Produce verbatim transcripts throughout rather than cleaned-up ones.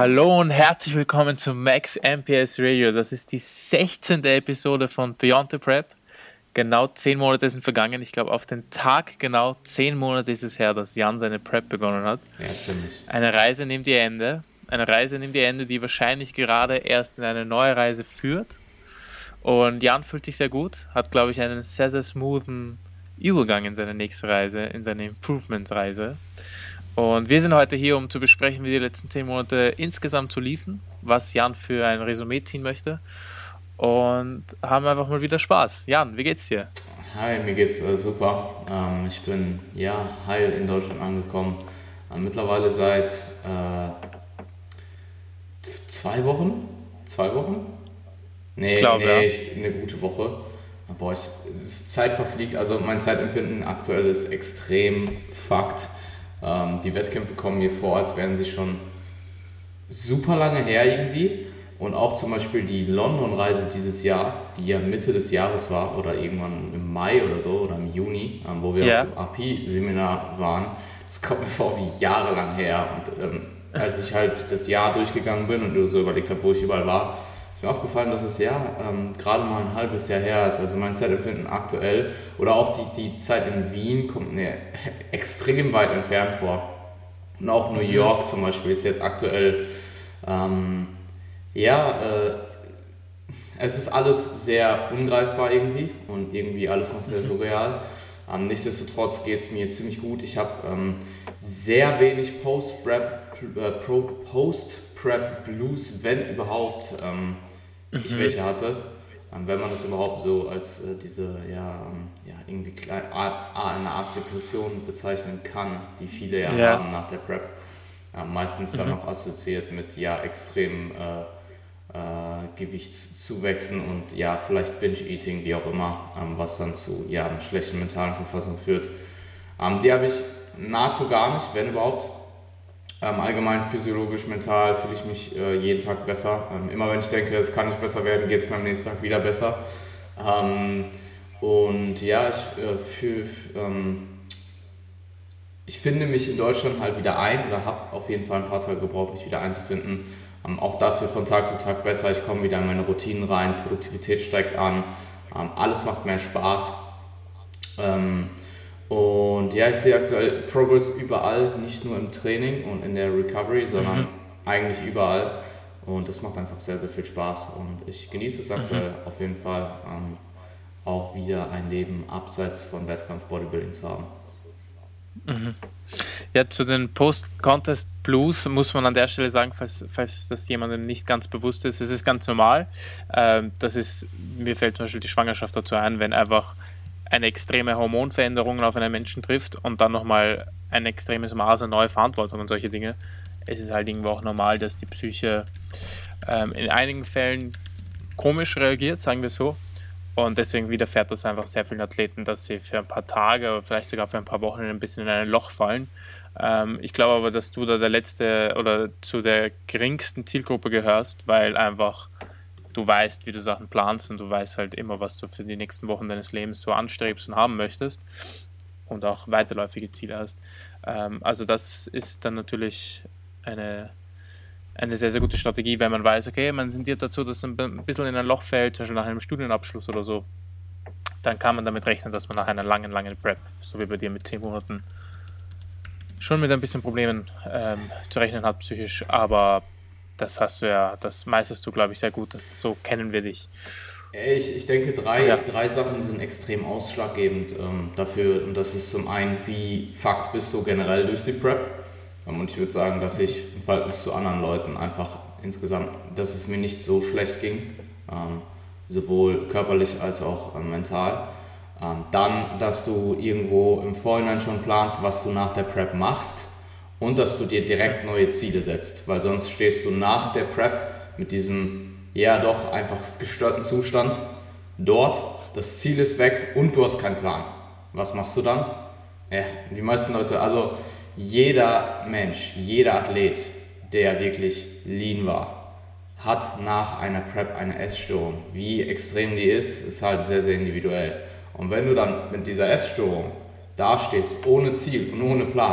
Hallo und herzlich willkommen zu Max M P S Radio. Das ist die sechzehnte Episode von Beyond the Prep. Genau zehn Monate sind vergangen. Ich glaube, auf den Tag genau zehn Monate ist es her, dass Jan seine Prep begonnen hat. Ja, ziemlich. Eine Reise nimmt ihr Ende. Eine Reise nimmt ihr Ende, die wahrscheinlich gerade erst in eine neue Reise führt. Und Jan fühlt sich sehr gut, hat, glaube ich, einen sehr, sehr smoothen Übergang in seine nächste Reise, in seine Improvement-Reise. Und wir sind heute hier, um zu besprechen, wie die letzten zehn Monate insgesamt so liefen, was Jan für ein Resümee ziehen möchte und haben einfach mal wieder Spaß. Jan, wie geht's dir? Hi, mir geht's äh, super. Ähm, ich bin ja heil in Deutschland angekommen. Äh, mittlerweile seit äh, zwei Wochen? Zwei Wochen? Nee, Ich glaube, nee, ja. ich, eine gute Woche. Boah, ich, die Zeit verfliegt, also mein Zeitempfinden aktuell ist extrem fucked. Ähm, die Wettkämpfe kommen mir vor, als wären sie schon super lange her irgendwie. Und auch zum Beispiel die London-Reise dieses Jahr, die ja Mitte des Jahres war oder irgendwann im Mai oder so oder im Juni, ähm, wo wir Ja. auf dem A P I-Seminar waren, das kommt mir vor wie jahrelang her. Und ähm, als ich halt das Jahr durchgegangen bin und so überlegt habe, wo ich überall war, ist mir aufgefallen, dass es ja ähm, gerade mal ein halbes Jahr her ist. Also mein Zeitempfinden aktuell oder auch die, die Zeit in Wien kommt mir extrem weit entfernt vor. Und auch New York zum Beispiel ist jetzt aktuell, ähm, ja, äh, es ist alles sehr ungreifbar irgendwie und irgendwie alles noch sehr surreal. Ähm, nichtsdestotrotz geht es mir ziemlich gut. Ich habe ähm, sehr wenig Post-Prep äh, Post-Prep Blues, wenn überhaupt ähm, ich welche hatte. Ähm, wenn man das überhaupt so als äh, diese, ja, ähm, ja irgendwie klein, Art, eine Art Depression bezeichnen kann, die viele ja, Ja. haben nach der Prep. Ähm, meistens dann noch assoziiert mit ja extremen äh, äh, Gewichtszuwächsen und ja vielleicht Binge-Eating, wie auch immer, ähm, was dann zu ja einer schlechten mentalen Verfassung führt. Ähm, die habe ich nahezu gar nicht, wenn überhaupt. Ähm, allgemein physiologisch, mental fühle ich mich äh, jeden Tag besser. Ähm, immer wenn ich denke, es kann nicht besser werden, geht es mir am nächsten Tag wieder besser. Ähm, und ja, ich, äh, für, ähm, ich finde mich in Deutschland halt wieder ein oder habe auf jeden Fall ein paar Tage gebraucht, mich wieder einzufinden. Ähm, auch das wird von Tag zu Tag besser. Ich komme wieder in meine Routinen rein, Produktivität steigt an, ähm, alles macht mehr Spaß. Ähm, Und ja, ich sehe aktuell Progress überall, nicht nur im Training und in der Recovery, sondern eigentlich überall. Und das macht einfach sehr, sehr viel Spaß. Und ich genieße es aktuell auf jeden Fall, ähm, auch wieder ein Leben abseits von Wettkampf-Bodybuilding zu haben. Ja, zu den Post-Contest Blues muss man an der Stelle sagen, falls, falls das jemandem nicht ganz bewusst ist, es ist ganz normal. Ähm, das ist, mir fällt zum Beispiel die Schwangerschaft dazu ein, wenn einfach eine extreme Hormonveränderung auf einen Menschen trifft und dann nochmal ein extremes Maß an neue Verantwortung und solche Dinge. Es ist halt irgendwo auch normal, dass die Psyche ähm, in einigen Fällen komisch reagiert, sagen wir so. Und deswegen widerfährt das einfach sehr vielen Athleten, dass sie für ein paar Tage oder vielleicht sogar für ein paar Wochen ein bisschen in ein Loch fallen. Ähm, ich glaube aber, dass du da der letzte oder zu der geringsten Zielgruppe gehörst, weil einfach du weißt, wie du Sachen planst und du weißt halt immer, was du für die nächsten Wochen deines Lebens so anstrebst und haben möchtest und auch weiterläufige Ziele hast. Ähm, also das ist dann natürlich eine, eine sehr, sehr gute Strategie, wenn man weiß, okay, man tendiert dazu, dass man ein bisschen in ein Loch fällt, zum Beispiel nach einem Studienabschluss oder so. Dann kann man damit rechnen, dass man nach einer langen, langen Prep, so wie bei dir mit zehn Monaten, schon mit ein bisschen Problemen ähm, zu rechnen hat psychisch, aber das hast du ja, das meisterst du, glaube ich, sehr gut. Das, so kennen wir dich. Ich, ich denke, drei, Ja. drei Sachen sind extrem ausschlaggebend ähm, dafür. Und das ist zum einen, wie fucked bist du generell durch die Prep. Ähm, und ich würde sagen, dass ich im Verhältnis zu anderen Leuten einfach insgesamt, dass es mir nicht so schlecht ging. Ähm, sowohl körperlich als auch ähm, mental. Ähm, dann, dass du irgendwo im Vorhinein schon planst, was du nach der Prep machst. Und dass du dir direkt neue Ziele setzt, weil sonst stehst du nach der Prep mit diesem, ja doch, einfach gestörten Zustand dort, das Ziel ist weg und du hast keinen Plan. Was machst du dann? Ja, die meisten Leute, also jeder Mensch, jeder Athlet, der wirklich lean war, hat nach einer Prep eine Essstörung. Wie extrem die ist, ist halt sehr, sehr individuell. Und wenn du dann mit dieser Essstörung dastehst, ohne Ziel und ohne Plan,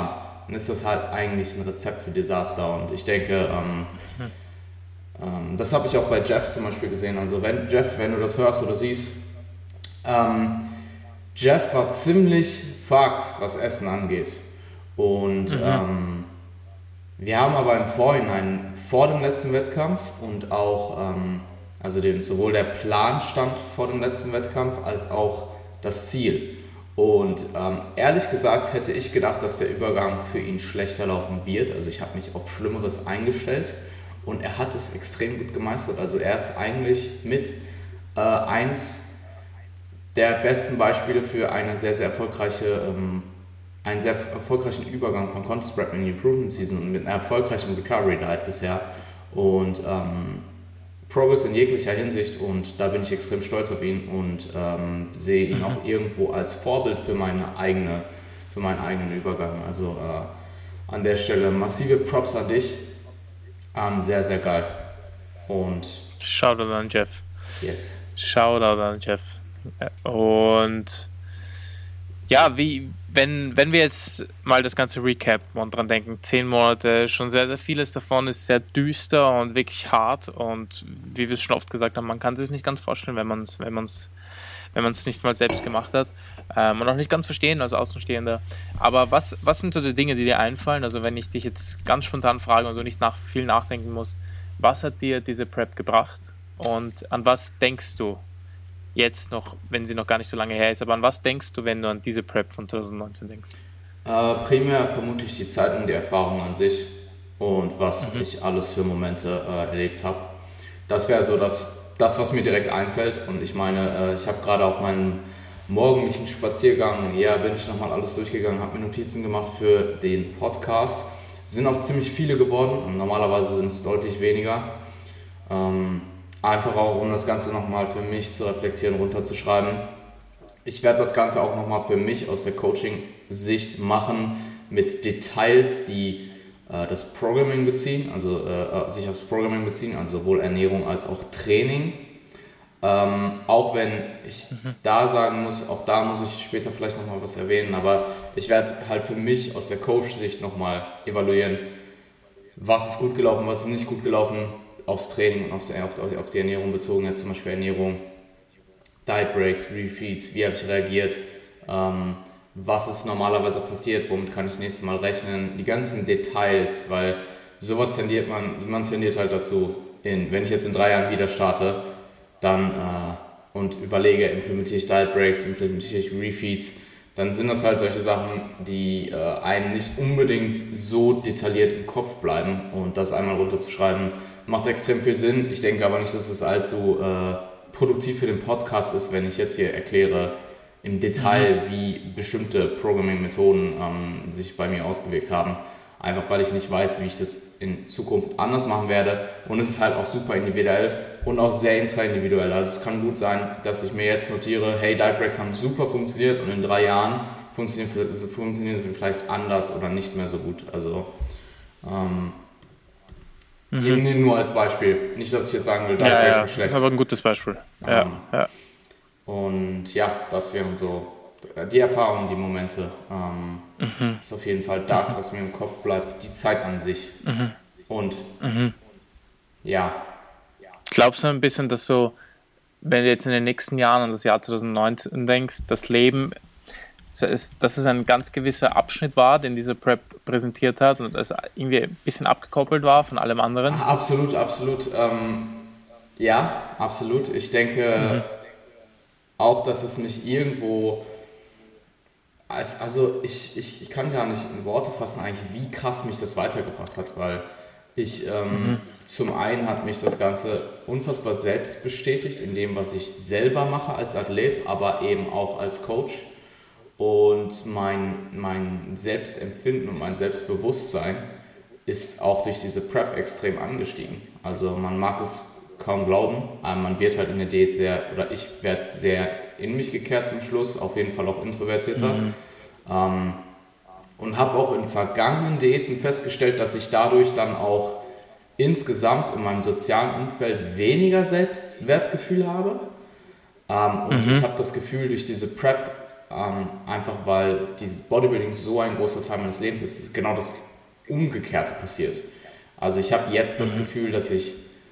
dann ist das halt eigentlich ein Rezept für Desaster. Und ich denke, ähm, mhm. ähm, das habe ich auch bei Jeff zum Beispiel gesehen. Also wenn Jeff, wenn du das hörst oder siehst, ähm, Jeff war ziemlich fucked, was Essen angeht. Und mhm. ähm, wir haben aber im Vorhinein, vor dem letzten Wettkampf und auch, ähm, also den, sowohl der Plan stand vor dem letzten Wettkampf als auch das Ziel. Und ähm, ehrlich gesagt hätte ich gedacht, dass der Übergang für ihn schlechter laufen wird. Also ich habe mich auf Schlimmeres eingestellt und er hat es extrem gut gemeistert. Also er ist eigentlich mit äh, eins der besten Beispiele für eine sehr, sehr erfolgreiche, ähm, einen sehr erfolgreichen Übergang von Contest Prep in die Improvement Season und mit einer erfolgreichen Recovery Diet bisher. Und ähm, Progress in jeglicher Hinsicht und da bin ich extrem stolz auf ihn und ähm, sehe ihn mhm. auch irgendwo als Vorbild für, meine eigene, für meinen eigenen Übergang. Also äh, an der Stelle massive Props an dich. Ähm, sehr, sehr geil. Und Shoutout an Jeff. Yes. Shoutout an Jeff. Und ja, wie, wenn, wenn wir jetzt mal das ganze Recap und dran denken, zehn Monate, schon sehr, sehr vieles davon ist sehr düster und wirklich hart und wie wir es schon oft gesagt haben, man kann sich nicht ganz vorstellen, wenn man es wenn man's, wenn man's nicht mal selbst gemacht hat ähm, und auch nicht ganz verstehen als Außenstehender. Aber was, was sind so die Dinge, die dir einfallen? Also wenn ich dich jetzt ganz spontan frage und du nicht nach, viel nachdenken musst, was hat dir diese Prep gebracht und an was denkst du jetzt noch, wenn sie noch gar nicht so lange her ist, aber an was denkst du, wenn du an diese Prep von zwanzig neunzehn denkst? Äh, primär vermutlich die Zeit und die Erfahrung an sich und was mhm. ich alles für Momente äh, erlebt habe. Das wäre so das, das, was mir direkt einfällt und ich meine, äh, ich habe gerade auf meinem morgendlichen Spaziergang, ja, bin ich nochmal alles durchgegangen, habe mir Notizen gemacht für den Podcast. Es sind auch ziemlich viele geworden und normalerweise sind es deutlich weniger. Ähm, Einfach auch, um das Ganze nochmal für mich zu reflektieren, runterzuschreiben. Ich werde das Ganze auch nochmal für mich aus der Coaching-Sicht machen mit Details, die äh, das Programming beziehen, also äh, sich aufs Programming beziehen, also sowohl Ernährung als auch Training. Ähm, auch wenn ich mhm. da sagen muss, auch da muss ich später vielleicht nochmal was erwähnen, aber ich werde halt für mich aus der Coach-Sicht nochmal evaluieren, was ist gut gelaufen, was ist nicht gut gelaufen, aufs Training und aufs, auf, auf die Ernährung bezogen, jetzt zum Beispiel Ernährung, Diet Breaks, Refeeds, wie habe ich reagiert, ähm, was ist normalerweise passiert, womit kann ich nächstes Mal rechnen, die ganzen Details, weil sowas tendiert man, man tendiert halt dazu, in, wenn ich jetzt in drei Jahren wieder starte, dann äh, und überlege, implementiere ich Diet Breaks, implementiere ich Refeeds, dann sind das halt solche Sachen, die äh, einem nicht unbedingt so detailliert im Kopf bleiben und das einmal runterzuschreiben, macht extrem viel Sinn. Ich denke aber nicht, dass es allzu äh, produktiv für den Podcast ist, wenn ich jetzt hier erkläre im Detail, mhm. wie bestimmte Programming-Methoden ähm, sich bei mir ausgewirkt haben. Einfach weil ich nicht weiß, wie ich das in Zukunft anders machen werde. Und es ist halt auch super individuell und auch sehr intraindividuell. Also es kann gut sein, dass ich mir jetzt notiere, hey, Diet Breaks haben super funktioniert und in drei Jahren funktionieren, funktionieren sie vielleicht anders oder nicht mehr so gut. Also ähm, Mhm. nur als Beispiel. Nicht, dass ich jetzt sagen will, Diet ja, Breaks ja, sind schlecht. Aber ein gutes Beispiel. Ähm, ja, ja. Und ja, das wären so die Erfahrungen, die Momente. Ähm, mhm. Ist auf jeden Fall das, was mir im Kopf bleibt. Die Zeit an sich. Mhm. Und mhm. ja. Glaubst du ein bisschen, dass so, wenn du jetzt in den nächsten Jahren an das Jahr zwanzig neunzehn denkst, das Leben, dass es ein ganz gewisser Abschnitt war, den diese Prep präsentiert hat und es irgendwie ein bisschen abgekoppelt war von allem anderen? Absolut, absolut. Ähm, ja, absolut. Ich denke mhm. auch, dass es mich irgendwo, als, also ich, ich, ich kann gar nicht in Worte fassen eigentlich, wie krass mich das weitergebracht hat, weil ich, ähm, mhm. zum einen hat mich das Ganze unfassbar selbst bestätigt in dem, was ich selber mache als Athlet, aber eben auch als Coach. Und mein, mein Selbstempfinden und mein Selbstbewusstsein ist auch durch diese Prep extrem angestiegen. Also man mag es kaum glauben, aber man wird halt in der Diät sehr, oder ich werde sehr in mich gekehrt zum Schluss, auf jeden Fall auch introvertierter. Mhm. Ähm, und habe auch in vergangenen Diäten festgestellt, dass ich dadurch dann auch insgesamt in meinem sozialen Umfeld weniger Selbstwertgefühl habe. Ähm, und mhm. ich habe das Gefühl, durch diese Prep ähm, einfach weil dieses Bodybuilding so ein großer Teil meines Lebens ist, ist genau das Umgekehrte passiert. Also ich habe jetzt das Mhm. Gefühl, dass ich,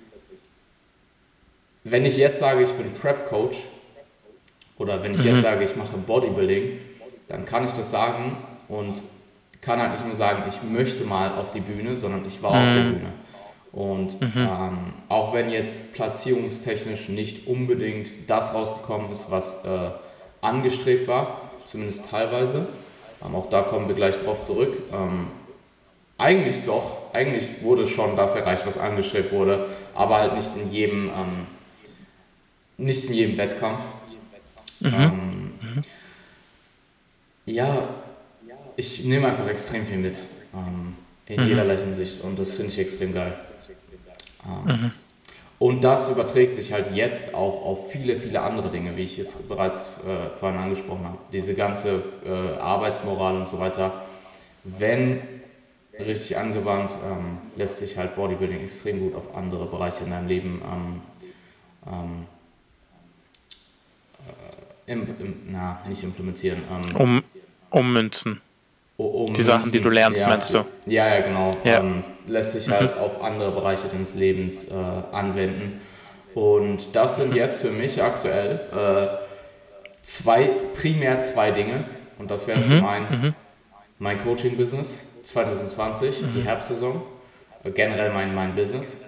wenn ich jetzt sage, ich bin Prep-Coach oder wenn ich Mhm. jetzt sage, ich mache Bodybuilding, dann kann ich das sagen und kann halt nicht nur sagen, ich möchte mal auf die Bühne, sondern ich war auf der Mhm. Bühne. Und Mhm. ähm, auch wenn jetzt platzierungstechnisch nicht unbedingt das rausgekommen ist, was äh, angestrebt war, zumindest teilweise, ähm, auch da kommen wir gleich drauf zurück, ähm, eigentlich doch, eigentlich wurde schon das erreicht, was angestrebt wurde, aber halt nicht in jedem, ähm, nicht in jedem Wettkampf. Mhm. Ähm, Mhm. ja, ich nehme einfach extrem viel mit, ähm, in Mhm. jederlei Hinsicht und das finde ich extrem geil. Ähm, Mhm. und das überträgt sich halt jetzt auch auf viele, viele andere Dinge, wie ich jetzt bereits äh, vorhin angesprochen habe. Diese ganze äh, Arbeitsmoral und so weiter. Wenn richtig angewandt, ähm, lässt sich halt Bodybuilding extrem gut auf andere Bereiche in deinem Leben ähm, ähm, im, im, na, nicht implementieren, ähm, Um, ummünzen. Die Sachen, die du ummünzen. lernst, Ja, meinst du? ja, ja, genau. Ja. Ähm, lässt sich Mhm. halt auf andere Bereiche deines Lebens äh, anwenden. Und das sind jetzt für mich aktuell äh, zwei, primär zwei Dinge. Und das wären zum Mhm. einen Mhm. mein Coaching-Business zwanzig zwanzig, die Mhm. Herbstsaison, äh, generell mein, mein Business.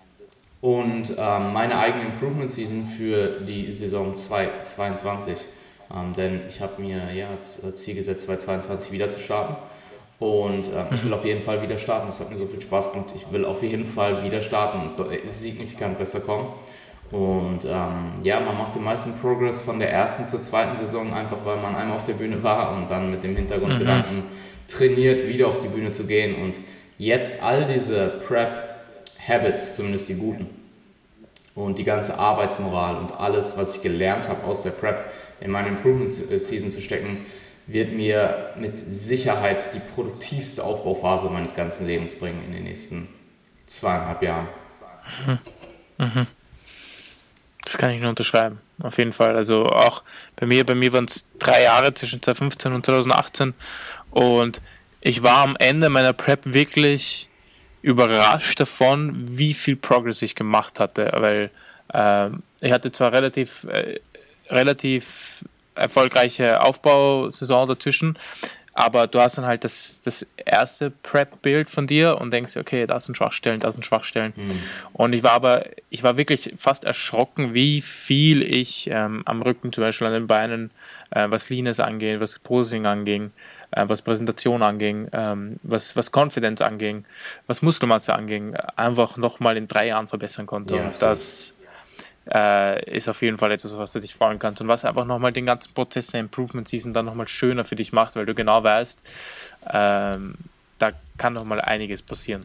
Und ähm, meine eigene Improvement Season für die Saison zwanzig zweiundzwanzig. Ähm, denn ich habe mir ja als Ziel gesetzt, zwanzig zweiundzwanzig wieder zu starten. Und ähm, ich will Mhm. auf jeden Fall wieder starten. Das hat mir so viel Spaß gemacht. Ich will auf jeden Fall wieder starten und signifikant besser kommen. Und ähm, ja, man macht den meisten Progress von der ersten zur zweiten Saison, einfach weil man einmal auf der Bühne war und dann mit dem Mhm. Hintergrundgedanken trainiert, wieder auf die Bühne zu gehen. Und jetzt all diese Prep-Habits, zumindest die guten, und die ganze Arbeitsmoral und alles, was ich gelernt habe aus der Prep, in meine Improvement Season zu stecken, wird mir mit Sicherheit die produktivste Aufbauphase meines ganzen Lebens bringen in den nächsten zweieinhalb Jahren. Mhm. Mhm. Das kann ich nur unterschreiben, auf jeden Fall. Also auch bei mir, bei mir waren es drei Jahre zwischen zwanzig fünfzehn und zwanzig achtzehn und ich war am Ende meiner Prep wirklich überrascht davon, wie viel Progress ich gemacht hatte, weil ähm, ich hatte zwar relativ, äh, relativ erfolgreiche Aufbausaison dazwischen, aber du hast dann halt das, das erste Prep-Bild von dir und denkst, okay, da sind Schwachstellen, da sind Schwachstellen. Hm. Und ich war aber, ich war wirklich fast erschrocken, wie viel ich ähm, am Rücken, zum Beispiel an den Beinen, äh, was Leanness angeht, was Posing anging, äh, was Präsentation anging, ähm, was, was Confidence anging, was Muskelmasse anging, einfach nochmal in drei Jahren verbessern konnte. Ja, Und absolut. das äh, ist auf jeden Fall etwas, was du dich freuen kannst und was einfach nochmal den ganzen Prozess der Improvement Season dann nochmal schöner für dich macht, weil du genau weißt, ähm, da kann nochmal einiges passieren.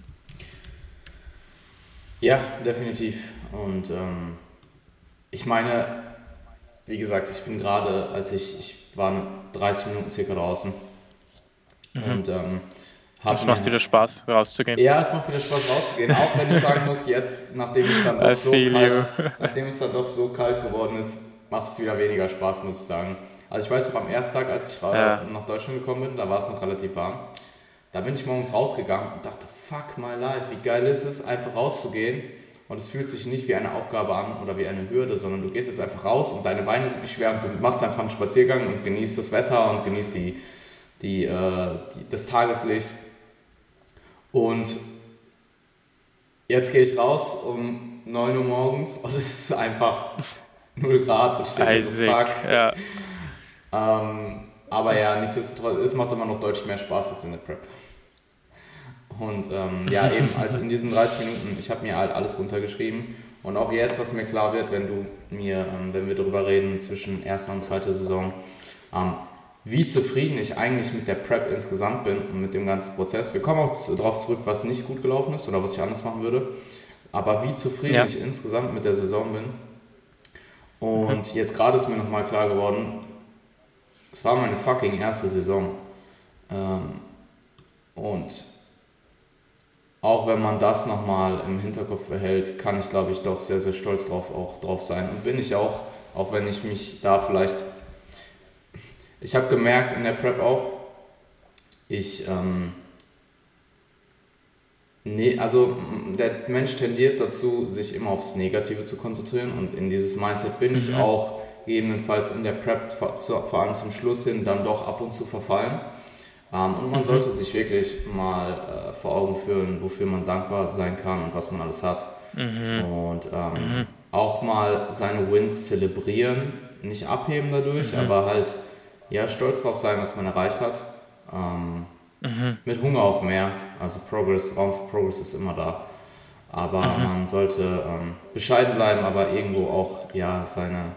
Ja, definitiv. Und ähm, ich meine, wie gesagt, ich bin gerade, als ich, ich war dreißig Minuten circa draußen Mhm. und ähm, Es habe macht mir wieder Spaß, rauszugehen. ja, es macht wieder Spaß rauszugehen, auch wenn ich sagen muss, jetzt, nachdem es dann doch I so feel kalt, you. nachdem es dann doch so kalt geworden ist, macht es wieder weniger Spaß, muss ich sagen. Also ich weiß noch, am ersten Tag, als ich Ja. nach Deutschland gekommen bin, da war es noch relativ warm, da bin ich morgens rausgegangen und dachte, fuck my life, wie geil ist es, einfach rauszugehen und es fühlt sich nicht wie eine Aufgabe an oder wie eine Hürde, sondern du gehst jetzt einfach raus und deine Beine sind nicht schwer und du machst einfach einen Spaziergang und genießt das Wetter und genießt die, die, äh, die, das Tageslicht. Und jetzt gehe ich raus um neun Uhr morgens und es ist einfach null Grad und ich denke so, fuck. Isaac, ja. Ähm, aber ja, nichtsdestotrotz, es macht immer noch deutlich mehr Spaß als in der Prep. Und ähm, ja, eben, also in diesen dreißig Minuten, ich habe mir halt alles runtergeschrieben. Und auch jetzt, was mir klar wird, wenn du mir, ähm, wenn wir darüber reden, zwischen erster und zweiter Saison, ähm, wie zufrieden ich eigentlich mit der Prep insgesamt bin und mit dem ganzen Prozess. Wir kommen auch darauf zurück, was nicht gut gelaufen ist oder was ich anders machen würde. Aber wie zufrieden Ja. ich insgesamt mit der Saison bin. Mhm. Und jetzt gerade ist mir nochmal klar geworden, es war meine fucking erste Saison. Ähm, und auch wenn man das nochmal im Hinterkopf behält, kann ich, glaube ich, doch sehr, sehr stolz drauf, auch drauf sein. Und bin ich auch, auch wenn ich mich da vielleicht ich habe gemerkt in der Prep auch, ich, ähm, nee, also der Mensch tendiert dazu, sich immer aufs Negative zu konzentrieren und in dieses Mindset bin ich Mhm. auch gegebenenfalls in der Prep vor, zu, vor allem zum Schluss hin dann doch ab und zu verfallen. Ähm, und man Mhm. sollte sich wirklich mal äh, vor Augen führen, wofür man dankbar sein kann und was man alles hat. Mhm. Und ähm, Mhm. auch mal seine Wins zelebrieren, nicht abheben dadurch, Mhm. aber halt ja, stolz drauf sein, was man erreicht hat. Ähm, Mhm. mit Hunger auf mehr. Also Progress, Raum für Progress ist immer da. Aber Mhm. man sollte ähm, bescheiden bleiben, aber irgendwo auch, ja, seine,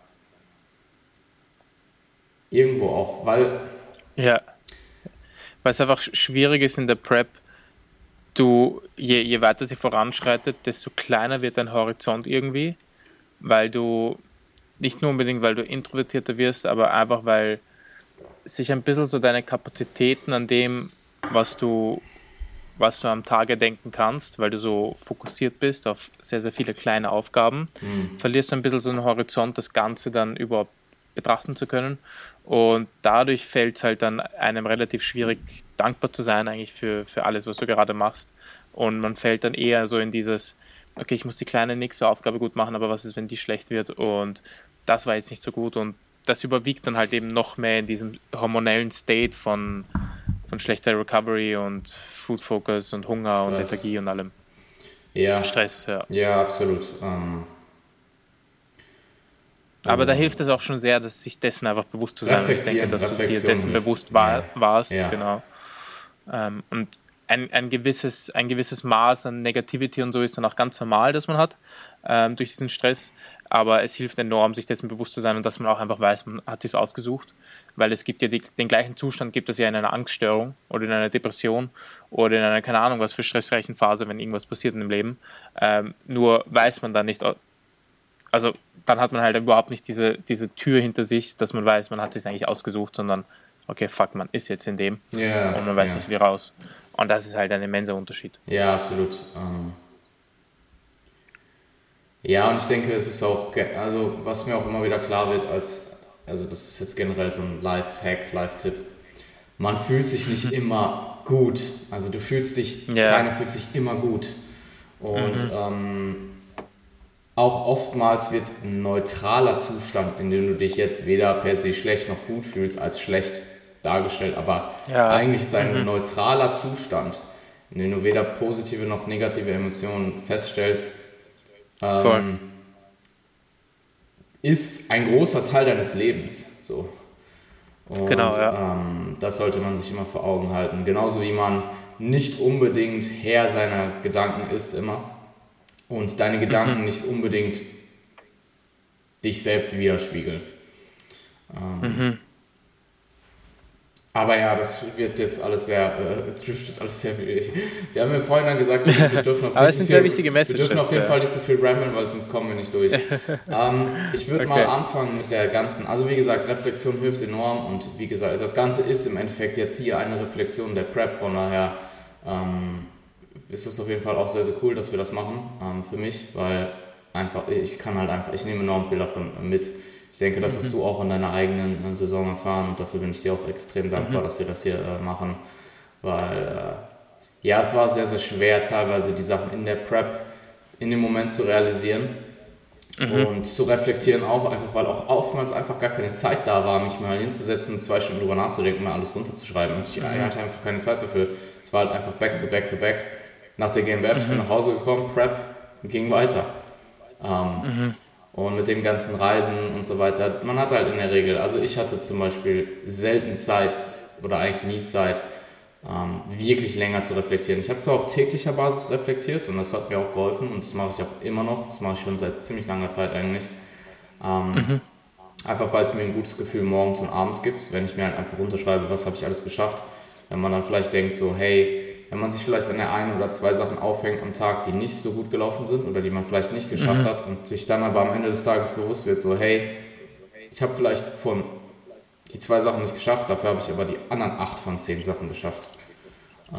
irgendwo auch, weil, Ja, weil es einfach sch- schwierig ist in der Prep. Du, je, je weiter sie voranschreitet, desto kleiner wird dein Horizont irgendwie, weil du nicht nur unbedingt, weil du introvertierter wirst, aber einfach, weil sich ein bisschen so deine Kapazitäten an dem, was du, was du am Tage denken kannst, weil du so fokussiert bist auf sehr, sehr viele kleine Aufgaben, hm, verlierst du ein bisschen so einen Horizont, das Ganze dann überhaupt betrachten zu können. Und dadurch fällt es halt dann einem relativ schwierig, dankbar zu sein eigentlich für, für alles, was du gerade machst. Und man fällt dann eher so in dieses, okay, ich muss die kleine nächste Aufgabe gut machen, aber was ist, wenn die schlecht wird? Und das war jetzt nicht so gut. Und das überwiegt dann halt eben noch mehr in diesem hormonellen State von, von schlechter Recovery und Food Focus und Hunger und Stress. Lethargie und allem. Ja, Stress, ja. ja, absolut. Ähm, Aber da und hilft es auch schon sehr, dass sich dessen einfach bewusst zu sein. Und ich denke, reflektieren, dass du dir Reflexion dessen hilft. bewusst Ja, war, warst, ja, genau. Ähm, und ein, ein, gewisses, ein gewisses Maß an Negativity und so ist dann auch ganz normal, dass man hat ähm, durch diesen Stress. Aber es hilft enorm, sich dessen bewusst zu sein und dass man auch einfach weiß, man hat sich ausgesucht. Weil es gibt ja die, den gleichen Zustand, gibt es ja in einer Angststörung oder in einer Depression oder in einer, keine Ahnung, was für stressreichen Phase, wenn irgendwas passiert in dem Leben. Ähm, nur weiß man dann nicht, also dann hat man halt überhaupt nicht diese, diese Tür hinter sich, dass man weiß, man hat sich eigentlich ausgesucht, sondern okay, fuck, man ist jetzt in dem und ja, man weiß ja, nicht wie raus. Und das ist halt ein immenser Unterschied. ja, absolut. Ähm, ja, und ich denke, es ist auch, ge- also was mir auch immer wieder klar wird, als, also das ist jetzt generell so ein Life-Hack, Life-Tipp. Man fühlt sich nicht immer gut. Also du fühlst dich, Ja, keiner fühlt sich immer gut. Und mhm. ähm, auch oftmals wird ein neutraler Zustand, in dem du dich jetzt weder per se schlecht noch gut fühlst, als schlecht dargestellt. Aber Ja, eigentlich ist ein mhm. neutraler Zustand, in dem du weder positive noch negative Emotionen feststellst, Voll. ähm, ist ein großer Teil deines Lebens. So. Und Genau, ja. ähm, das sollte man sich immer vor Augen halten. Genauso wie man nicht unbedingt Herr seiner Gedanken ist immer und deine Mhm. Gedanken nicht unbedingt dich selbst widerspiegeln. Ähm, Mhm. aber ja, das wird jetzt alles sehr, äh, driftet alles sehr. Wir haben ja vorhin dann gesagt, wir, wir dürfen auf Aber nicht es so sind sehr viel, wichtige wir dürfen auf Messages, jeden ja. Fall nicht so viel rammeln, weil sonst kommen wir nicht durch. Ähm, ich würde mal Okay. anfangen mit der ganzen, also wie gesagt, Reflexion hilft enorm und wie gesagt, das Ganze ist im Endeffekt jetzt hier eine Reflexion der Prep, von daher ähm, ist es auf jeden Fall auch sehr, sehr cool, dass wir das machen, ähm, für mich, weil einfach, ich kann halt einfach, ich nehme enorm viel davon mit. Ich denke, das hast Mhm. du auch in deiner eigenen äh, Saison erfahren und dafür bin ich dir auch extrem dankbar, Mhm. dass wir das hier äh, machen, weil äh, ja, es war sehr, sehr schwer, teilweise die Sachen in der Prep in dem Moment zu realisieren Mhm. und zu reflektieren auch, einfach weil auch oftmals einfach gar keine Zeit da war, mich mal hinzusetzen, zwei Stunden drüber nachzudenken, mal alles runterzuschreiben. Und ich, ich Mhm. hatte einfach keine Zeit dafür. Es war halt einfach back to back to back. Nach der G M B F, ich bin Mhm. nach Hause gekommen, Prep, ging weiter. Ähm, Mhm. und mit den ganzen Reisen und so weiter, man hat halt in der Regel, also ich hatte zum Beispiel selten Zeit oder eigentlich nie Zeit, ähm, wirklich länger zu reflektieren. Ich habe zwar auf täglicher Basis reflektiert und das hat mir auch geholfen und das mache ich auch immer noch, das mache ich schon seit ziemlich langer Zeit eigentlich. Ähm, Mhm. einfach weil es mir ein gutes Gefühl morgens und abends gibt, wenn ich mir halt einfach runterschreibe, was habe ich alles geschafft. Wenn man dann vielleicht denkt so, hey, wenn man sich vielleicht an der einen oder zwei Sachen aufhängt am Tag, die nicht so gut gelaufen sind oder die man vielleicht nicht geschafft Mhm. hat und sich dann aber am Ende des Tages bewusst wird, so hey, ich habe vielleicht von die zwei Sachen nicht geschafft, dafür habe ich aber die anderen acht von zehn Sachen geschafft.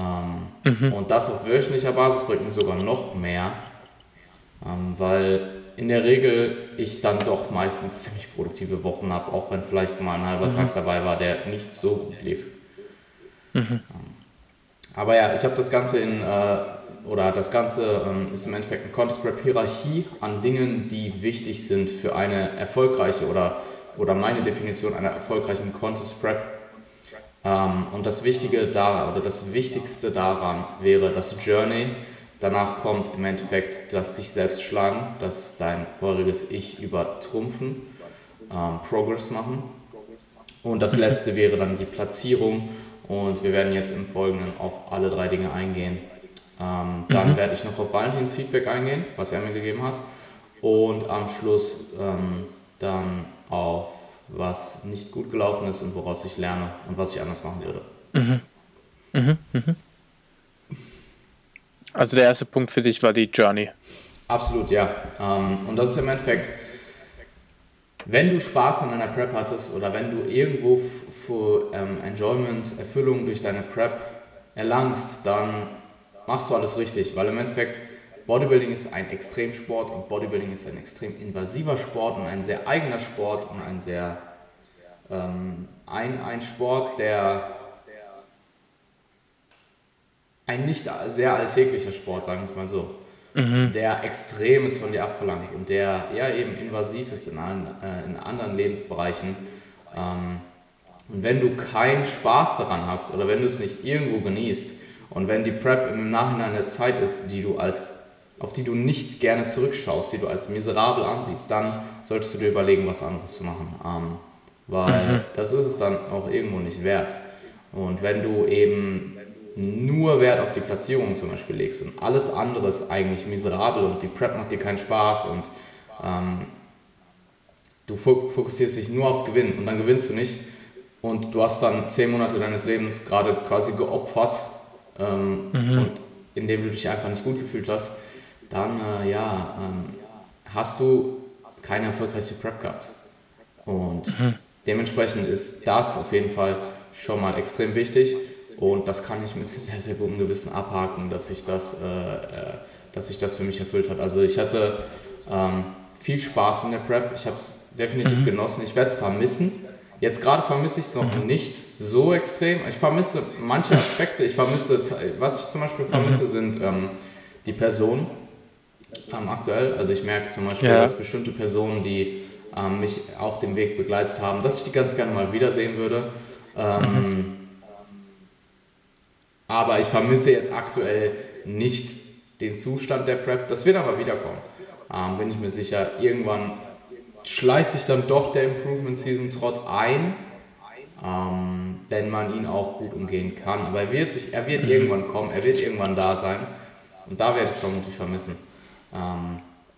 Ähm, Mhm. und das auf wöchentlicher Basis bringt mir sogar noch mehr, ähm, weil in der Regel ich dann doch meistens ziemlich produktive Wochen habe, auch wenn vielleicht mal ein halber mhm. Tag dabei war, der nicht so gut lief. Mhm. Aber ja, ich habe das Ganze in, äh, oder das Ganze ähm, ist im Endeffekt eine Contest Prep Hierarchie an Dingen, die wichtig sind für eine erfolgreiche oder, oder meine Definition einer erfolgreichen Contest Prep. Ähm, und das Wichtige da, oder das Wichtigste daran wäre das Journey. Danach kommt im Endeffekt das dich selbst schlagen, das dein vorheriges Ich übertrumpfen, ähm, Progress machen. Und das letzte wäre dann die Platzierung. Und wir werden jetzt im Folgenden auf alle drei Dinge eingehen. Ähm, dann mhm. werde ich noch auf Valentins Feedback eingehen, was er mir gegeben hat. Und am Schluss ähm, dann auf was nicht gut gelaufen ist und woraus ich lerne und was ich anders machen würde. Mhm. Mhm. Mhm. Also der erste Punkt für dich war die Journey. Absolut, ja. Ähm, und das ist im Endeffekt, wenn du Spaß an deiner Prep hattest oder wenn du irgendwo für ähm, Enjoyment, Erfüllung durch deine Prep erlangst, dann machst du alles richtig, weil im Endeffekt Bodybuilding ist ein Extremsport und Bodybuilding ist ein extrem invasiver Sport und ein sehr eigener Sport und ein sehr ähm, ein, ein Sport, der ein nicht sehr alltäglicher Sport, sagen wir es mal so, mhm. der Extremes von dir abverlangt und der ja eben invasiv ist in, allen, äh, in anderen Lebensbereichen. Ähm, und wenn du keinen Spaß daran hast oder wenn du es nicht irgendwo genießt und wenn die Prep im Nachhinein eine Zeit ist, die du als, auf die du nicht gerne zurückschaust, die du als miserabel ansiehst, dann solltest du dir überlegen, was anderes zu machen. Ähm, weil mhm. das ist es dann auch irgendwo nicht wert. Und wenn du eben nur Wert auf die Platzierung zum Beispiel legst und alles andere ist eigentlich miserabel und die Prep macht dir keinen Spaß und ähm, du fokussierst dich nur aufs Gewinnen und dann gewinnst du nicht und du hast dann zehn Monate deines Lebens gerade quasi geopfert, ähm, mhm. und indem du dich einfach nicht gut gefühlt hast, dann äh, ja, ähm, hast du keine erfolgreiche Prep gehabt. Und mhm. dementsprechend ist das auf jeden Fall schon mal extrem wichtig. Und das kann ich mit sehr, sehr gutem Gewissen abhaken, dass sich das, äh, dass sich das für mich erfüllt hat. Also ich hatte ähm, viel Spaß in der Prep. Ich habe es definitiv mhm. genossen. Ich werde es vermissen. Jetzt gerade vermisse ich es noch mhm. nicht so extrem. Ich vermisse manche Aspekte. Ich vermisse, was ich zum Beispiel vermisse, mhm. sind ähm, die Personen ähm, aktuell. Also ich merke zum Beispiel, ja. dass bestimmte Personen, die ähm, mich auf dem Weg begleitet haben, dass ich die ganz gerne mal wiedersehen würde. Ähm, mhm. Aber ich vermisse jetzt aktuell nicht den Zustand der Prep. Das wird aber wiederkommen. Ähm, bin ich mir sicher. Irgendwann schleicht sich dann doch der Improvement Season Trott ein, ähm, wenn man ihn auch gut umgehen kann. Aber er wird, sich, er wird mhm. irgendwann kommen, er wird irgendwann da sein. Und da werde ich es vermutlich vermissen. Ähm,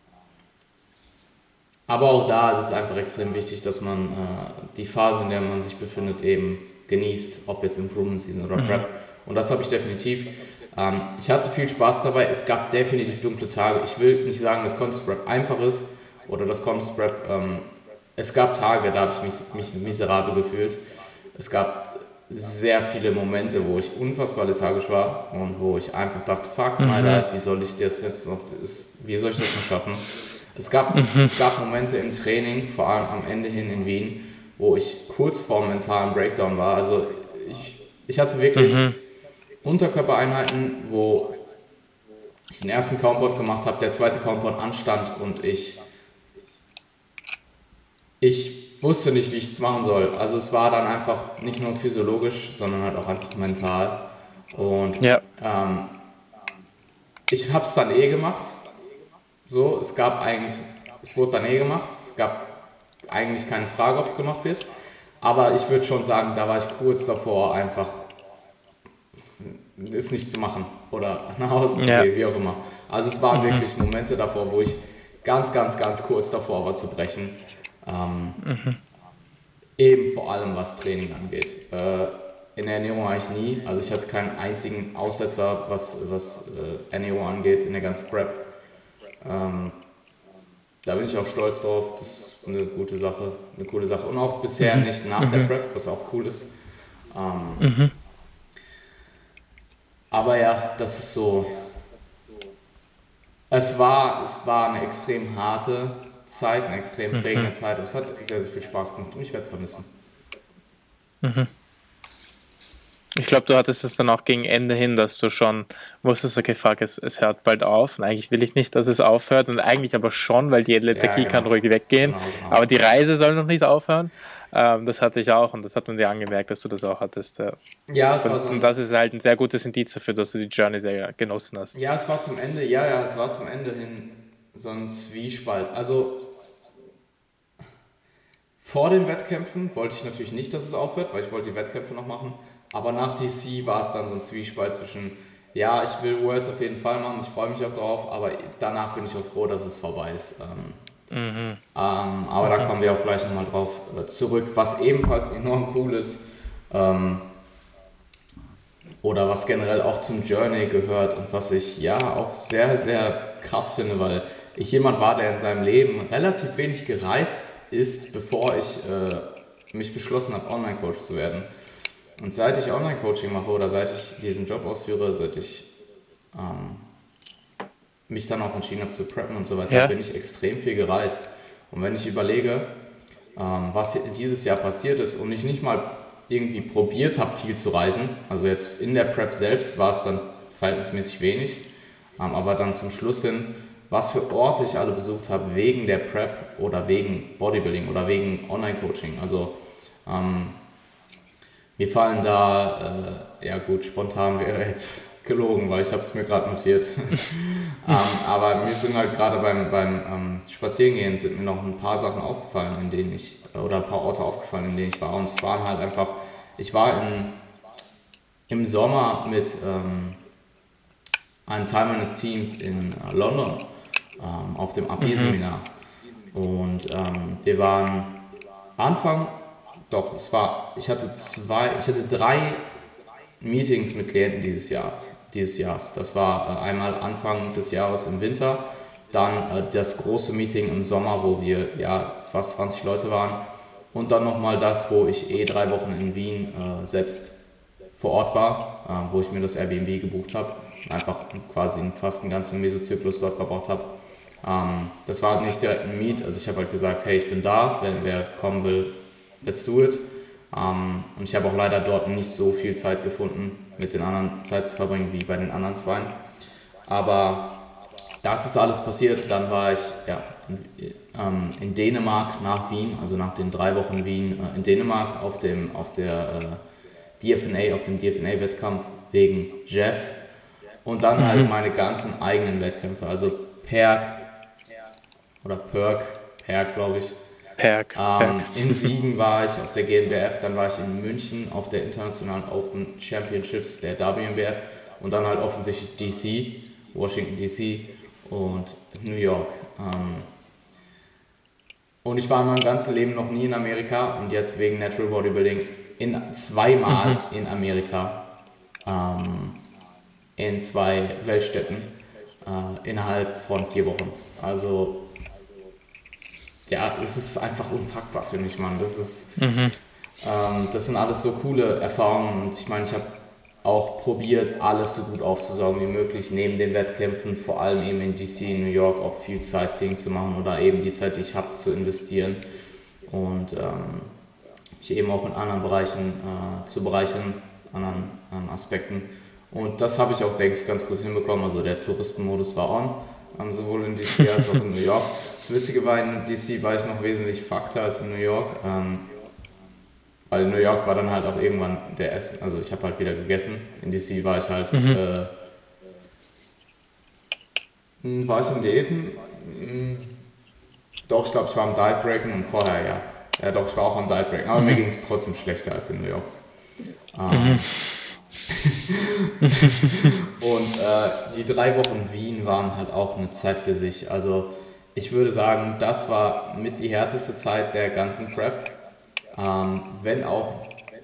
aber auch da ist es einfach extrem wichtig, dass man äh, die Phase, in der man sich befindet, eben genießt, ob jetzt Improvement Season oder Prep. Mhm. Und das habe ich definitiv. Ähm, ich hatte viel Spaß dabei. Es gab definitiv dunkle Tage. Ich will nicht sagen, dass Contest Prep einfach ist oder dass Contest Prep. Ähm, es gab Tage, da habe ich mich, mich miserabel gefühlt. Es gab sehr viele Momente, wo ich unfassbar lethargisch war und wo ich einfach dachte, fuck my mhm. life, wie soll ich das jetzt noch, wie soll ich das noch schaffen? Es gab, mhm. es gab Momente im Training, vor allem am Ende hin in Wien, wo ich kurz vor mentalen Breakdown war. Also ich, ich hatte wirklich mhm. Unterkörpereinheiten, wo ich den ersten Countboard gemacht habe, der zweite Countboard anstand und ich, ich wusste nicht, wie ich es machen soll. Also es war dann einfach nicht nur physiologisch, sondern halt auch einfach mental. Und ja. ähm, ich habe es dann eh gemacht. So, es gab eigentlich, es wurde dann eh gemacht. Es gab eigentlich keine Frage, ob es gemacht wird. Aber ich würde schon sagen, da war ich kurz davor, einfach es nicht zu machen oder nach Hause zu ja. gehen, wie auch immer. Also es waren mhm. wirklich Momente davor, wo ich ganz, ganz, ganz kurz davor war zu brechen. Ähm, mhm. Eben vor allem, was Training angeht. Äh, in der Ernährung eigentlich nie. Also ich hatte keinen einzigen Aussetzer, was, was äh, Ernährung angeht, in der ganzen Prep. Ähm, da bin ich auch stolz drauf. Das ist eine gute Sache, eine coole Sache. Und auch bisher mhm. nicht nach mhm. der Prep, was auch cool ist. Ähm, mhm. Aber ja, das ist so. Es war, es war eine extrem harte Zeit, eine extrem prägende Mhm. Zeit, aber es hat sehr, sehr viel Spaß gemacht und ich werde es vermissen. Mhm. Ich glaube, du hattest es dann auch gegen Ende hin, dass du schon wusstest, okay, fuck, es, es hört bald auf. Und eigentlich will ich nicht, dass es aufhört. Und eigentlich aber schon, weil die Ja, Lethargie kann genau. ruhig weggehen. Genau, genau. Aber die Reise soll noch nicht aufhören. Ähm, das hatte ich auch und das hat man dir angemerkt, dass du das auch hattest. Ja. Ja, es war Und, so und ein, das ist halt ein sehr gutes Indiz dafür, dass du die Journey sehr genossen hast. ja, es war zum Ende, ja, ja, es war zum Ende hin so ein Zwiespalt. Also vor den Wettkämpfen wollte ich natürlich nicht, dass es aufhört, weil ich wollte die Wettkämpfe noch machen. Aber nach D C war es dann so ein Zwiespalt zwischen, ja, ich will Worlds auf jeden Fall machen, ich freue mich auch drauf, aber danach bin ich auch froh, dass es vorbei ist. Ähm, Mhm. ähm, aber da kommen wir auch gleich nochmal drauf äh, zurück, was ebenfalls enorm cool ist. Ähm, oder was generell auch zum Journey gehört und was ich ja auch sehr, sehr krass finde, weil ich jemand war, der in seinem Leben relativ wenig gereist ist, bevor ich äh, mich beschlossen habe, Online-Coach zu werden. Und seit ich Online-Coaching mache oder seit ich diesen Job ausführe, seit ich ähm, mich dann auch entschieden habe zu preppen und so weiter, Ja. bin ich extrem viel gereist. Und wenn ich überlege, ähm, was dieses Jahr passiert ist und ich nicht mal irgendwie probiert habe, viel zu reisen. Also jetzt in der Prep selbst war es dann verhältnismäßig wenig, ähm, aber dann zum Schluss hin, was für Orte ich alle besucht habe wegen der Prep oder wegen Bodybuilding oder wegen Online-Coaching. Also ähm, mir fallen da, äh, ja gut, spontan wäre jetzt gelogen, weil ich habe es mir gerade notiert. ähm, aber mir sind halt gerade beim, beim ähm, Spazierengehen sind mir noch ein paar Sachen aufgefallen, in denen ich, oder ein paar Orte aufgefallen, in denen ich war. Und es waren halt einfach, ich war in, im Sommer mit ähm, einem Teil meines Teams in äh, London ähm, auf dem A P-Seminar. Und ähm, wir waren Anfang, doch, es war, ich hatte zwei, ich hatte drei Meetings mit Klienten dieses Jahres. Dieses Jahres. Das war äh, einmal Anfang des Jahres im Winter, dann äh, das große Meeting im Sommer, wo wir ja fast zwanzig Leute waren und dann nochmal das, wo ich eh drei Wochen in Wien äh, selbst vor Ort war, äh, wo ich mir das Airbnb gebucht habe, einfach quasi fast einen ganzen Mesozyklus dort verbracht habe. Ähm, das war nicht direkt ein Meet, also ich habe halt gesagt, hey, ich bin da, wenn wer kommen will, let's do it. Um, und ich habe auch leider dort nicht so viel Zeit gefunden, mit den anderen Zeit zu verbringen, wie bei den anderen zwei. Aber das ist alles passiert. Dann war ich ja, in, ähm, in Dänemark nach Wien, also nach den drei Wochen Wien äh, in Dänemark auf, dem, auf der äh, D F N A, auf dem D F N A-Wettkampf wegen Jeff. Und dann halt meine ganzen eigenen Wettkämpfe, also Perk oder Perk, Perk glaube ich. Perk, Ähm, Perk. in Siegen war ich auf der G N B F, dann war ich in München auf der Internationalen Open Championships der W N B F und dann halt offensichtlich D C, Washington D C und New York. Ähm, und ich war in meinem ganzen Leben noch nie in Amerika und jetzt wegen Natural Bodybuilding in zweimal in Amerika, ähm, in zwei Weltstädten äh, innerhalb von vier Wochen. Also ja, das ist einfach unpackbar, finde ich, Mann. Das ist, Mhm. ähm, das sind alles so coole Erfahrungen und ich meine, ich habe auch probiert, alles so gut aufzusaugen wie möglich, neben den Wettkämpfen, vor allem eben in D C, in New York, auch viel Sightseeing zu machen oder eben die Zeit, die ich habe, zu investieren und ähm, mich eben auch in anderen Bereichen äh, zu bereichern, anderen ähm, Aspekten. Und das habe ich auch, denke ich, ganz gut hinbekommen. Also der Touristenmodus war on, ähm, sowohl in D C als auch in New York. Das Witzige war, in D C war ich noch wesentlich fakter als in New York, ähm, weil in New York war dann halt auch irgendwann der Essen, also ich habe halt wieder gegessen. In D C war ich halt, Mhm. äh, hm, war ich in Diäten? Hm, Doch, ich glaube, ich war am Diet Breaken und vorher, ja. Ja, doch, ich war auch am Diet Breaken, aber mir ging es trotzdem schlechter als in New York. Ähm, und äh, die drei Wochen Wien waren halt auch eine Zeit für sich. Also ich würde sagen, das war mit die härteste Zeit der ganzen Prep. Ähm, wenn auch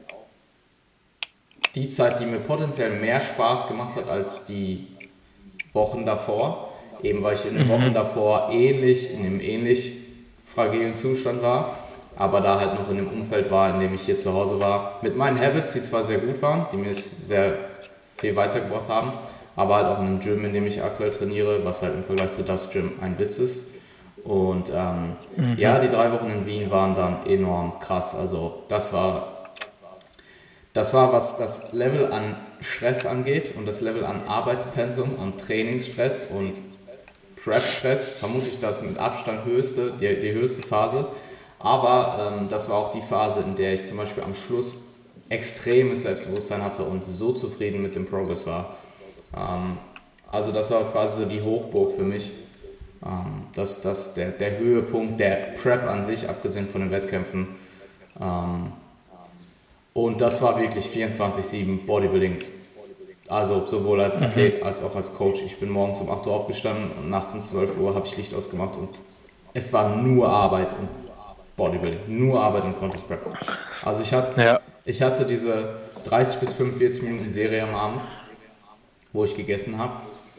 die Zeit, die mir potenziell mehr Spaß gemacht hat als die Wochen davor. Eben weil ich in den Wochen davor ähnlich, in einem ähnlich fragilen Zustand war, aber da halt noch in dem Umfeld war, in dem ich hier zu Hause war. Mit meinen Habits, die zwar sehr gut waren, die mir sehr viel weitergebracht haben, aber halt auch in einem Gym, in dem ich aktuell trainiere, was halt im Vergleich zu das Gym ein Witz ist. Und ähm, mhm. ja, die drei Wochen in Wien waren dann enorm krass. Also das war, das war, was das Level an Stress angeht und das Level an Arbeitspensum und Trainingsstress und Prep-Stress, vermutlich das mit Abstand höchste, die, die höchste Phase. Aber ähm, das war auch die Phase, in der ich zum Beispiel am Schluss extremes Selbstbewusstsein hatte und so zufrieden mit dem Progress war. Ähm, also das war quasi so die Hochburg für mich. Ähm, das, das, der, der Höhepunkt der Prep an sich, abgesehen von den Wettkämpfen. Ähm, und das war wirklich vierundzwanzig sieben Bodybuilding. Also sowohl als Athlet mhm. als auch als Coach. Ich bin morgens um acht Uhr aufgestanden und nachts um zwölf Uhr habe ich Licht ausgemacht und es war nur Arbeit und Bodybuilding. Nur Arbeit und Contest Prep. Also ich hatte, ja. ich hatte diese dreißig bis fünfundvierzig Minuten Serie am Abend, wo ich gegessen habe.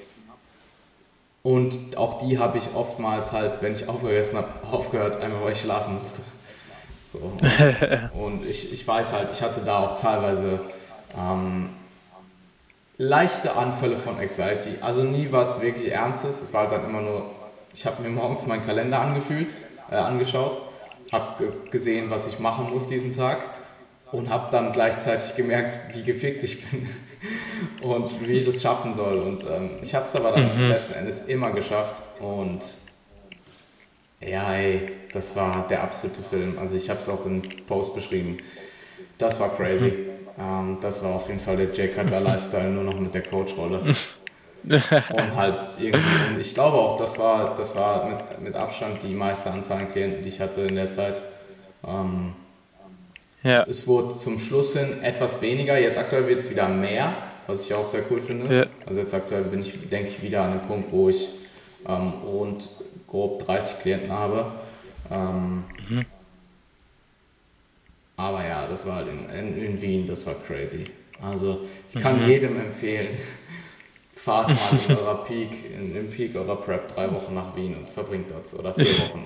Und auch die habe ich oftmals halt, wenn ich aufgegessen habe, aufgehört, einfach weil ich schlafen musste. So. Und, und ich, ich weiß halt, ich hatte da auch teilweise ähm, leichte Anfälle von Anxiety. Also nie was wirklich Ernstes. Es war halt dann immer nur, ich habe mir morgens meinen Kalender angefühlt, äh, angeschaut, habe g- gesehen, was ich machen muss diesen Tag und habe dann gleichzeitig gemerkt, wie gefickt ich bin und wie ich das schaffen soll. Und ähm, ich habe es aber dann mhm. letzten Endes immer geschafft und ja, ey, das war der absolute Film. Also ich habe es auch im Post beschrieben. Das war crazy. Mhm. Ähm, das war auf jeden Fall der Jay Cutler Lifestyle, nur noch mit der Coach-Rolle. Und halt irgendwie, und ich glaube auch, das war, das war mit, mit Abstand die meiste Anzahl an Klienten, die ich hatte in der Zeit. Ähm, ja. Es wurde zum Schluss hin etwas weniger, jetzt aktuell wird es wieder mehr, was ich auch sehr cool finde. Ja. Also jetzt aktuell bin ich, denke ich, wieder an dem Punkt, wo ich ähm, rund grob dreißig Klienten habe. Ähm, mhm. Aber ja, das war halt in, in, in Wien, das war crazy. Also ich kann mhm. jedem empfehlen, fahrt mal in eurer Peak, in, im Peak eurer Prep drei Wochen nach Wien und verbringt dort oder vier Wochen.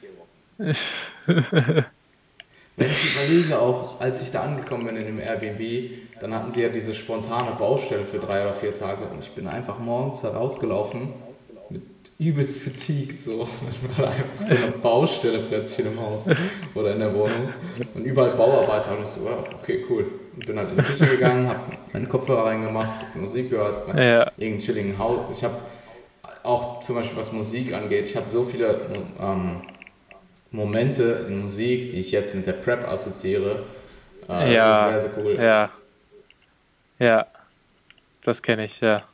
Wenn ich überlege, auch als ich da angekommen bin in dem Airbnb, dann hatten sie ja diese spontane Baustelle für drei oder vier Tage und ich bin einfach morgens da rausgelaufen mit übelst fatigued, so. Ich war einfach so eine Baustelle plötzlich in dem Haus oder in der Wohnung und überall Bauarbeiter und ich so, ja, okay, cool. Und bin halt in die Küche gegangen, hab meinen Kopfhörer reingemacht, hab Musik gehört, mein, ja. irgendeinen chilligen Haus. Ich habe auch zum Beispiel, was Musik angeht, ich habe so viele ähm, Momente in Musik, die ich jetzt mit der Prep assoziiere. Äh, ja, das ist sehr, sehr cool. Ja, ja, das kenne ich, ja.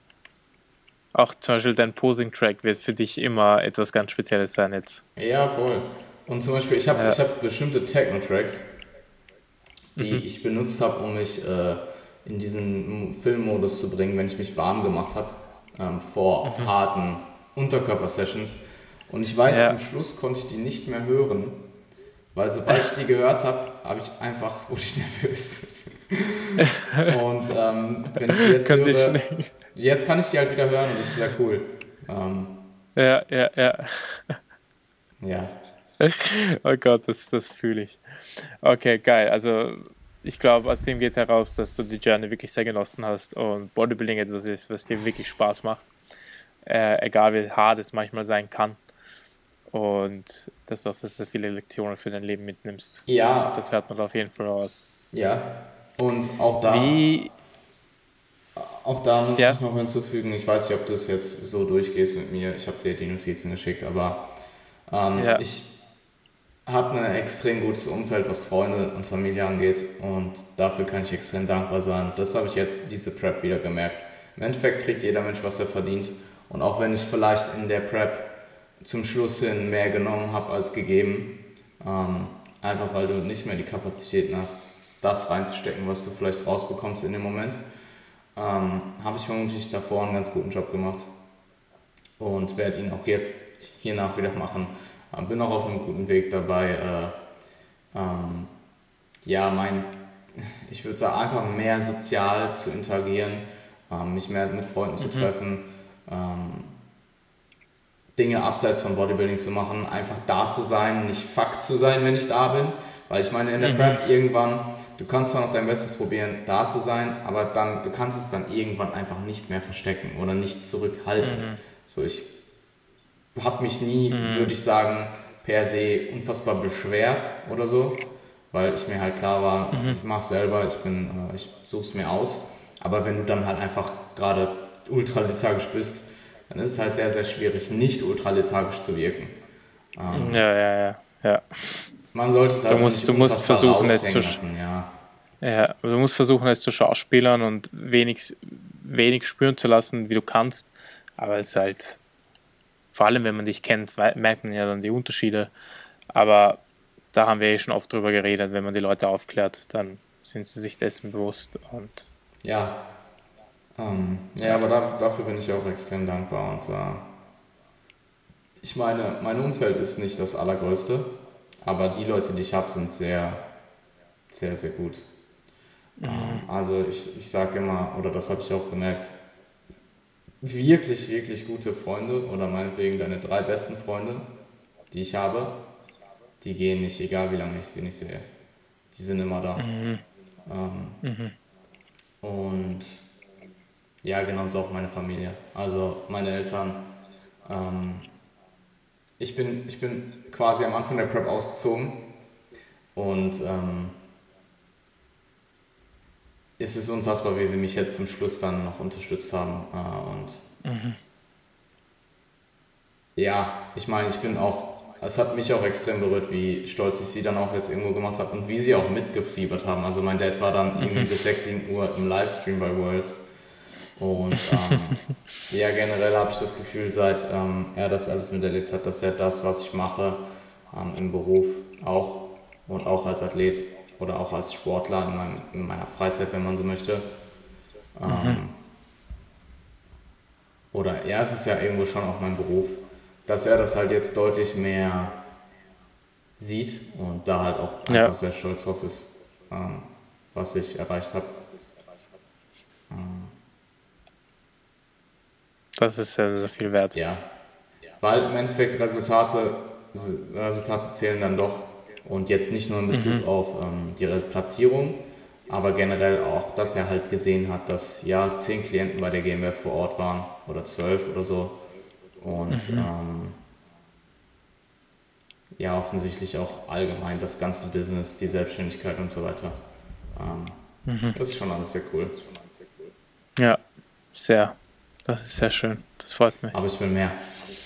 Auch zum Beispiel dein Posing-Track wird für dich immer etwas ganz Spezielles sein jetzt. Ja, voll. Und zum Beispiel, ich habe ja. ich hab bestimmte Techno-Tracks, die mhm. ich benutzt habe, um mich äh, in diesen Filmmodus zu bringen, wenn ich mich warm gemacht habe, ähm, vor mhm. harten Unterkörper-Sessions. Und ich weiß, ja. zum Schluss konnte ich die nicht mehr hören, weil sobald ich die gehört habe, habe ich einfach, wurde ich nervös. Und ähm, wenn ich die jetzt kann höre, jetzt kann ich die halt wieder hören und das ist ja cool. Ähm, ja, ja, ja. Ja. Oh Gott, das, das fühle ich. Okay, geil. Also ich glaube, aus dem geht heraus, dass du die Journey wirklich sehr genossen hast und Bodybuilding etwas ist, was dir wirklich Spaß macht. Äh, egal wie hart es manchmal sein kann. Und dass du auch sehr viele Lektionen für dein Leben mitnimmst. Ja. Das hört man auf jeden Fall raus. Ja. Und auch da... Wie... Auch da muss ja. ich noch hinzufügen, ich weiß nicht, ob du es jetzt so durchgehst mit mir, ich habe dir die Notizen geschickt, aber ähm, ja. ich habe ein extrem gutes Umfeld, was Freunde und Familie angeht und dafür kann ich extrem dankbar sein. Das habe ich jetzt diese Prep wieder gemerkt. Im Endeffekt kriegt jeder Mensch, was er verdient und auch wenn ich vielleicht in der Prep zum Schluss hin mehr genommen habe als gegeben, ähm, einfach weil du nicht mehr die Kapazitäten hast, das reinzustecken, was du vielleicht rausbekommst in dem Moment, ähm, habe ich vermutlich davor einen ganz guten Job gemacht und werde ihn auch jetzt hiernach wieder machen. Ähm, bin auch auf einem guten Weg dabei, äh, ähm, ja, mein, ich würde sagen, einfach mehr sozial zu interagieren, ähm, mich mehr mit Freunden mhm. zu treffen, ähm, Dinge abseits von Bodybuilding zu machen, einfach da zu sein, nicht fuck zu sein, wenn ich da bin, Weil ich meine, in der Mhm. Prep irgendwann, du kannst zwar noch dein Bestes probieren, da zu sein, aber dann, du kannst es dann irgendwann einfach nicht mehr verstecken oder nicht zurückhalten. Mhm. So, ich habe mich nie, Mhm. würde ich sagen, per se unfassbar beschwert oder so, weil ich mir halt klar war, Mhm. ich mache es selber, ich bin, äh, ich suche es mir aus. Aber wenn du dann halt einfach gerade ultra lethargisch bist, dann ist es halt sehr, sehr schwierig, nicht ultra lethargisch zu wirken. Ähm, Ja, ja, ja, ja. Man sollte es Du halt auch musst, nicht du musst unfassbar versuchen, es zu, raushängen lassen, ja. ja, du musst versuchen, es zu schauspielern und wenig, wenig spüren zu lassen, wie du kannst. Aber es ist halt, vor allem wenn man dich kennt, wei- merkt man ja dann die Unterschiede. Aber da haben wir eh schon oft drüber geredet, wenn man die Leute aufklärt, dann sind sie sich dessen bewusst. Und Ja, ähm, ja, ja. aber da, dafür bin ich auch extrem dankbar. Und äh, ich meine, mein Umfeld ist nicht das allergrößte, aber die Leute, die ich habe, sind sehr, sehr, sehr gut. Mhm. Ähm, also ich, ich sage immer, oder das habe ich auch gemerkt, wirklich, wirklich gute Freunde oder meinetwegen deine drei besten Freunde, die ich habe, die gehen nicht, egal wie lange ich sie nicht sehe. Die sind immer da. Mhm. Ähm, Mhm. und ja, genauso auch meine Familie. Also meine Eltern. Ähm, ich, bin, ich bin quasi am Anfang der Prep ausgezogen und ähm, es ist unfassbar, wie sie mich jetzt zum Schluss dann noch unterstützt haben. Äh, und Mhm. ja, ich meine, ich bin auch, es hat mich auch extrem berührt, wie stolz ich sie dann auch jetzt irgendwo gemacht habe und wie sie auch mitgefiebert haben. Also mein Dad war dann irgendwie Mhm. bis sechs, sieben Uhr im Livestream bei Worlds. Und ähm, ja, generell habe ich das Gefühl, seit ähm, er das alles miterlebt hat, dass er das, was ich mache, ähm, im Beruf auch und auch als Athlet oder auch als Sportler in, meinem, in meiner Freizeit, wenn man so möchte, Mhm. ähm, oder ja, es ist ja irgendwo schon auch mein Beruf, dass er das halt jetzt deutlich mehr sieht und da halt auch einfach Ja, sehr stolz drauf ist, ähm, was ich erreicht habe. Ähm, das ist sehr, sehr viel wert. ja, weil im Endeffekt Resultate, Resultate zählen dann doch und jetzt nicht nur in Mhm. Bezug auf ähm, die Platzierung, aber generell auch, dass er halt gesehen hat, dass ja zehn Klienten bei der GmbF vor Ort waren oder zwölf oder so und Mhm. ähm, ja offensichtlich auch allgemein das ganze Business, die Selbstständigkeit und so weiter. Ähm, Mhm. das ist schon alles sehr cool. Ja, sehr. Das ist sehr schön. Das freut mich. Aber ich will mehr.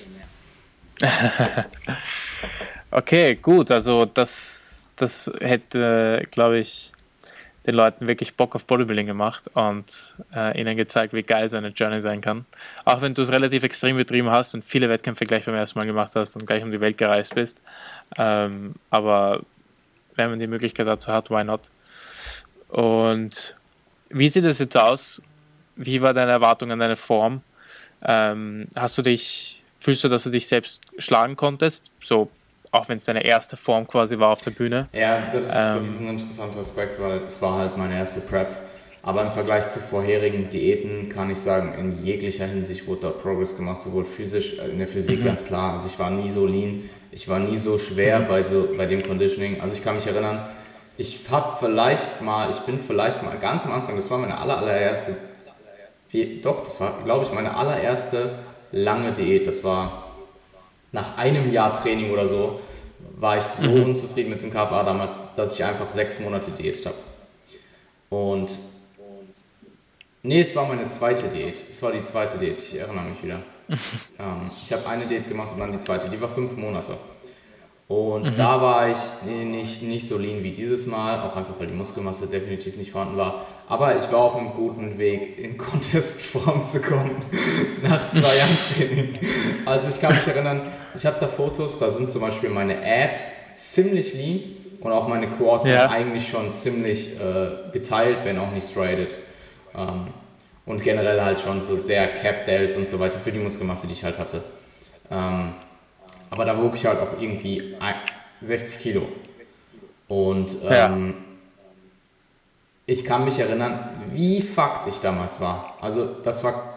Okay, gut. Also das, das hätte, glaube ich, den Leuten wirklich Bock auf Bodybuilding gemacht und äh, ihnen gezeigt, wie geil so eine Journey sein kann. Auch wenn du es relativ extrem betrieben hast und viele Wettkämpfe gleich beim ersten Mal gemacht hast und gleich um die Welt gereist bist. Ähm, aber wenn man die Möglichkeit dazu hat, why not? Und wie sieht es jetzt aus? Wie war deine Erwartung an deine Form? Ähm, hast du dich, fühlst du, dass du dich selbst schlagen konntest? So, auch wenn es deine erste Form quasi war auf der Bühne. Ja, das ist, das ist Ähm, ein interessanter Aspekt, weil es war halt meine erste Prep. Aber im Vergleich zu vorherigen Diäten kann ich sagen, in jeglicher Hinsicht wurde da Progress gemacht, sowohl physisch, äh, in der Physik mhm, ganz klar. Also ich war nie so lean, ich war nie so schwer mhm, bei, so, bei dem Conditioning. Also ich kann mich erinnern, ich habe vielleicht mal, ich bin vielleicht mal ganz am Anfang, das war meine aller, allererste, wie, doch, das war, glaube ich, meine allererste lange Diät. Das war nach einem Jahr Training oder so, war ich so mhm, unzufrieden mit dem K F A damals, dass ich einfach sechs Monate diätet habe. Und nee, es war meine zweite Diät. Es war die zweite Diät, ich erinnere mich wieder. Ähm, ich habe eine Diät gemacht und dann die zweite, die war fünf Monate. Und mhm. da war ich nicht, nicht so lean wie dieses Mal, auch einfach weil die Muskelmasse definitiv nicht vorhanden war. Aber ich war auf einem guten Weg, in Contest-Form zu kommen, nach zwei Jahren Training. Also ich kann mich erinnern, ich habe da Fotos, da sind zum Beispiel meine Abs ziemlich lean und auch meine Quads sind Ja, eigentlich schon ziemlich äh, geteilt, wenn auch nicht striated. Ähm, und generell halt schon so sehr Cap Delts und so weiter für die Muskelmasse, die ich halt hatte. Ähm, aber da wog ich halt auch irgendwie sechzig Kilo. Und ja, ähm, ich kann mich erinnern, wie fucked ich damals war. Also das war,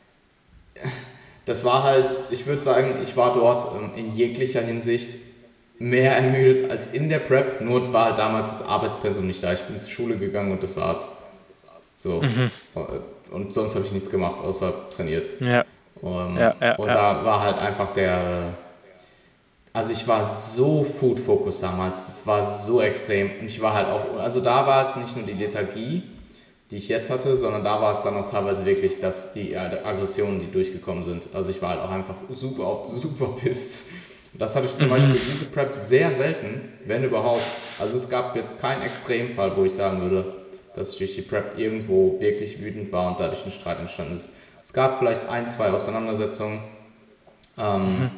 das war halt, ich würde sagen, ich war dort ähm, in jeglicher Hinsicht mehr ermüdet als in der Prep, nur war halt damals das Arbeitspensum nicht da. Ich bin zur Schule gegangen und das war's. So. Mhm. Und sonst habe ich nichts gemacht, außer trainiert. Ja. Um, ja, ja und ja. da war halt einfach der, also ich war so Food-Focus damals, das war so extrem. Und ich war halt auch, also da war es nicht nur die Lethargie, die ich jetzt hatte, sondern da war es dann auch teilweise wirklich, dass die Aggressionen, die durchgekommen sind. Also ich war halt auch einfach super oft super pisst. Das hatte ich zum Beispiel diese Prep sehr selten, wenn überhaupt. Also es gab jetzt keinen Extremfall, wo ich sagen würde, dass ich durch die Prep irgendwo wirklich wütend war und dadurch ein Streit entstanden ist. Es gab vielleicht ein, zwei Auseinandersetzungen ähm, mhm.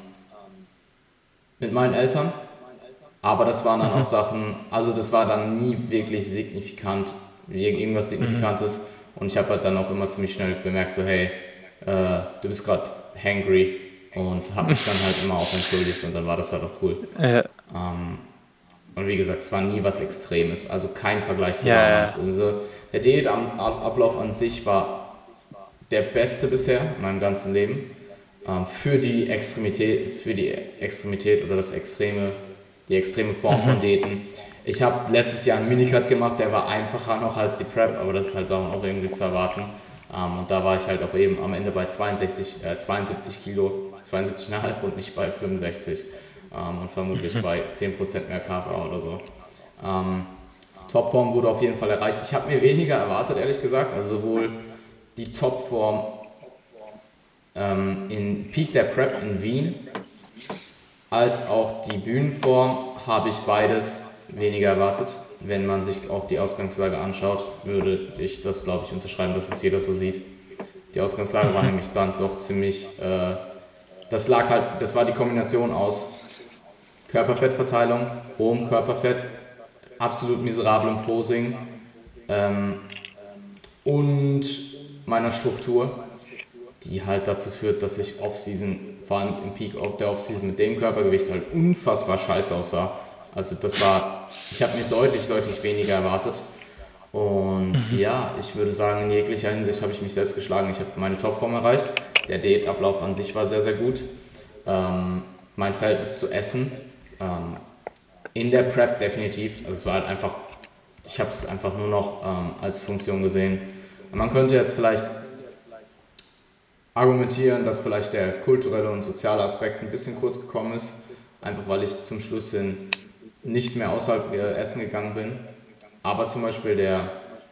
mit meinen Eltern, aber das waren dann mhm. auch Sachen, also das war dann nie wirklich signifikant, irgendwas Signifikantes mhm. und ich habe halt dann auch immer ziemlich schnell bemerkt, so hey, äh, du bist gerade hangry. Und habe mich dann halt immer auch entschuldigt und dann war das halt auch cool. Ja. Ähm, und wie gesagt, es war nie was Extremes, also kein Vergleich zu ja, damals. Ja. Also der Diätablauf an sich war der beste bisher in meinem ganzen Leben. Ähm, für die Extremität, für die Extremität oder das extreme, die extreme Form mhm. von Diäten. Ich habe letztes Jahr einen Minicut gemacht, der war einfacher noch als die Prep, aber das ist halt auch irgendwie zu erwarten. Um, und da war ich halt auch eben am Ende bei zweiundsechzig, äh, zweiundsiebzig Kilo, zweiundsiebzig Komma fünf und nicht bei fünfundsechzig um, und vermutlich mhm. bei zehn Prozent mehr K F A oder so. Um, Topform wurde auf jeden Fall erreicht. Ich habe mir weniger erwartet, ehrlich gesagt. Also sowohl die Topform ähm, in Peak der Prep in Wien als auch die Bühnenform habe ich beides weniger erwartet. Wenn man sich auch die Ausgangslage anschaut, würde ich das, glaube ich, unterschreiben, dass es jeder so sieht. Die Ausgangslage war nämlich dann doch ziemlich, äh, das lag halt, das war die Kombination aus Körperfettverteilung, hohem Körperfett, absolut miserablem Posing ähm, und meiner Struktur, die halt dazu führt, dass ich Off-Season, vor allem im Peak der Off-Season mit dem Körpergewicht halt unfassbar scheiße aussah. Also das war, ich habe mir deutlich, deutlich weniger erwartet und mhm. ja, ich würde sagen, in jeglicher Hinsicht habe ich mich selbst geschlagen. Ich habe meine Topform erreicht, der Diätablauf an sich war sehr, sehr gut. Ähm, mein Verhältnis zu Essen, ähm, in der Prep definitiv, also es war halt einfach, ich habe es einfach nur noch ähm, als Funktion gesehen. Und man könnte jetzt vielleicht argumentieren, dass vielleicht der kulturelle und soziale Aspekt ein bisschen kurz gekommen ist, einfach weil ich zum Schluss hin nicht mehr außerhalb äh, essen gegangen bin, aber zum Beispiel der,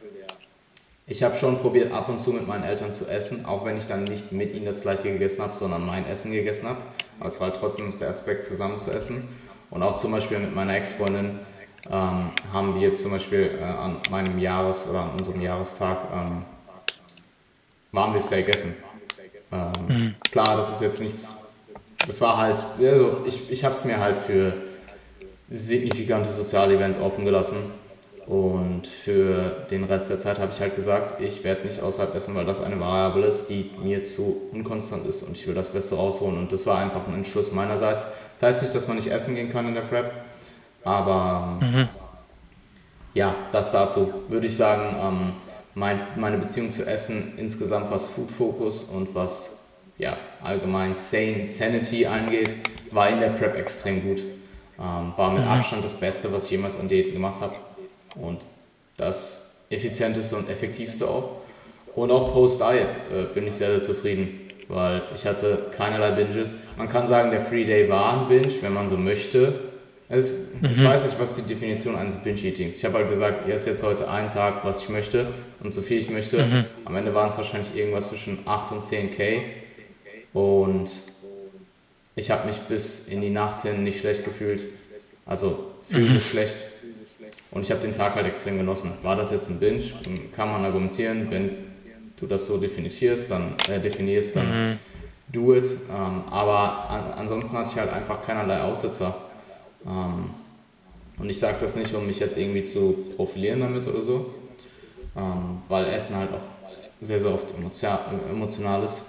ich habe schon probiert ab und zu mit meinen Eltern zu essen, auch wenn ich dann nicht mit ihnen das gleiche gegessen habe, sondern mein Essen gegessen habe, aber es war halt trotzdem der Aspekt zusammen zu essen und auch zum Beispiel mit meiner Ex-Freundin ähm, haben wir zum Beispiel äh, an meinem Jahres- oder an unserem Jahrestag ähm, waren wir Steak essen. Ähm, mhm. Klar, das ist jetzt nichts, das war halt, also ich, ich habe es mir halt für signifikante soziale Events offen gelassen und für den Rest der Zeit habe ich halt gesagt, ich werde nicht außerhalb essen, weil das eine Variable ist, die mir zu unkonstant ist und ich will das Beste rausholen und das war einfach ein Entschluss meinerseits. Das heißt nicht, dass man nicht essen gehen kann in der Prep, aber mhm. ja, das dazu würde ich sagen, ähm, mein, meine Beziehung zu Essen insgesamt, was Food-Focus und was ja, allgemein Sane, Sanity angeht, war in der Prep extrem gut. Ähm, war mit mhm. Abstand das Beste, was ich jemals an Diäten gemacht habe und das effizienteste und effektivste auch. Und auch Post-Diet äh, bin ich sehr, sehr zufrieden, weil ich hatte keinerlei Binges. Man kann sagen, der Free Day war ein Binge, wenn man so möchte. Es, mhm. Ich weiß nicht, was die Definition eines Binge-Eatings ist. Ich habe halt gesagt, ich esse jetzt heute einen Tag, was ich möchte und so viel ich möchte. Mhm. Am Ende waren es wahrscheinlich irgendwas zwischen acht und zehn K und ich habe mich bis in die Nacht hin nicht schlecht gefühlt, also physisch mhm. schlecht und ich habe den Tag halt extrem genossen. War das jetzt ein Binge? Kann man argumentieren, wenn du das so definierst, dann, äh, definierst, dann mhm. do it. Ähm, aber an, ansonsten hatte ich halt einfach keinerlei Aussetzer. Ähm, und ich sage das nicht, um mich jetzt irgendwie zu profilieren damit oder so, ähm, weil Essen halt auch sehr, sehr oft emotional ist.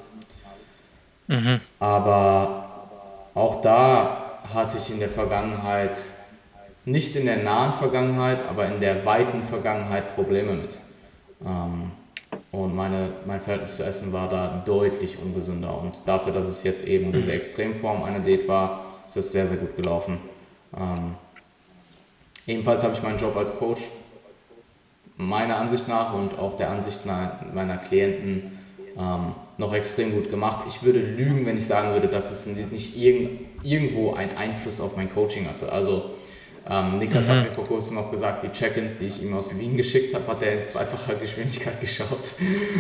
Mhm. Aber auch da hatte ich in der Vergangenheit, nicht in der nahen Vergangenheit, aber in der weiten Vergangenheit Probleme mit. Ähm, und meine, mein Verhältnis zu Essen war da deutlich ungesünder. Und dafür, dass es jetzt eben diese Extremform einer Diät war, ist es sehr, sehr gut gelaufen. Ähm, ebenfalls habe ich meinen Job als Coach meiner Ansicht nach und auch der Ansicht meiner Klienten ähm, noch extrem gut gemacht. Ich würde lügen, wenn ich sagen würde, dass es nicht irgend, irgendwo einen Einfluss auf mein Coaching hatte. Also ähm, Niklas mhm. hat mir vor kurzem noch gesagt, die Check-ins, die ich ihm aus Wien geschickt habe, hat er in zweifacher Geschwindigkeit geschaut,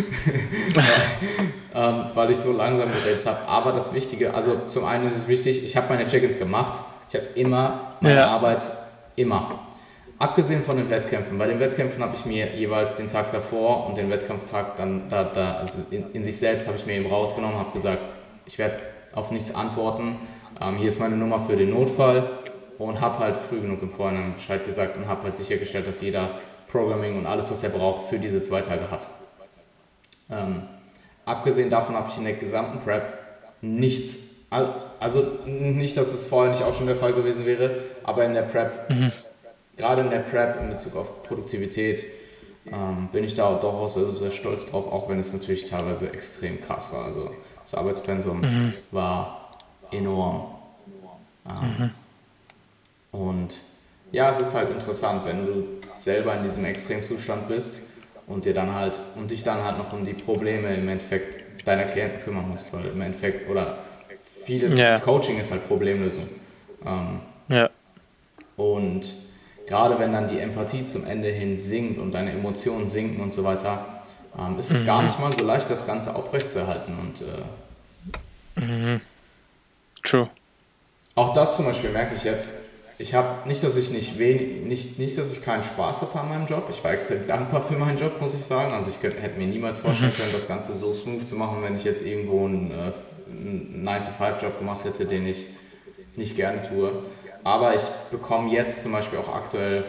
ähm, weil ich so langsam geredet habe. Aber das Wichtige, also zum einen ist es wichtig, ich habe meine Check-ins gemacht. Ich habe immer meine ja. Arbeit, immer. Abgesehen von den Wettkämpfen. Bei den Wettkämpfen habe ich mir jeweils den Tag davor und den Wettkampftag dann da, da also in, in sich selbst habe ich mir eben rausgenommen, habe gesagt, ich werde auf nichts antworten. Ähm, hier ist meine Nummer für den Notfall und habe halt früh genug im Vorhinein Bescheid gesagt und habe halt sichergestellt, dass jeder Programming und alles, was er braucht, für diese zwei Tage hat. Ähm, abgesehen davon habe ich in der gesamten Prep nichts, also nicht, dass es vorher nicht auch schon der Fall gewesen wäre, aber in der Prep mhm. Gerade in der Prep in Bezug auf Produktivität ähm, bin ich da durchaus sehr, sehr stolz drauf, auch wenn es natürlich teilweise extrem krass war. Also das Arbeitspensum mhm. war enorm. Ähm, mhm. Und ja, es ist halt interessant, wenn du selber in diesem Extremzustand bist und dir dann halt und dich dann halt noch um die Probleme im Endeffekt deiner Klienten kümmern musst, weil im Endeffekt oder viele yeah. Coaching ist halt Problemlösung. Ähm, ja. Und gerade wenn dann die Empathie zum Ende hin sinkt und deine Emotionen sinken und so weiter, ähm, ist es mhm. gar nicht mal so leicht, das Ganze aufrechtzuerhalten. Und äh, mhm. True. Auch das zum Beispiel merke ich jetzt. Ich habe nicht, dass ich nicht wenig, nicht, nicht, dass ich keinen Spaß hatte an meinem Job. Ich war extrem dankbar für meinen Job, muss ich sagen. Also ich könnte, hätte mir niemals vorstellen können, das Ganze so smooth zu machen, wenn ich jetzt irgendwo einen, äh, einen nine to five Job gemacht hätte, den ich nicht gerne tue. Aber ich bekomme jetzt zum Beispiel auch aktuell,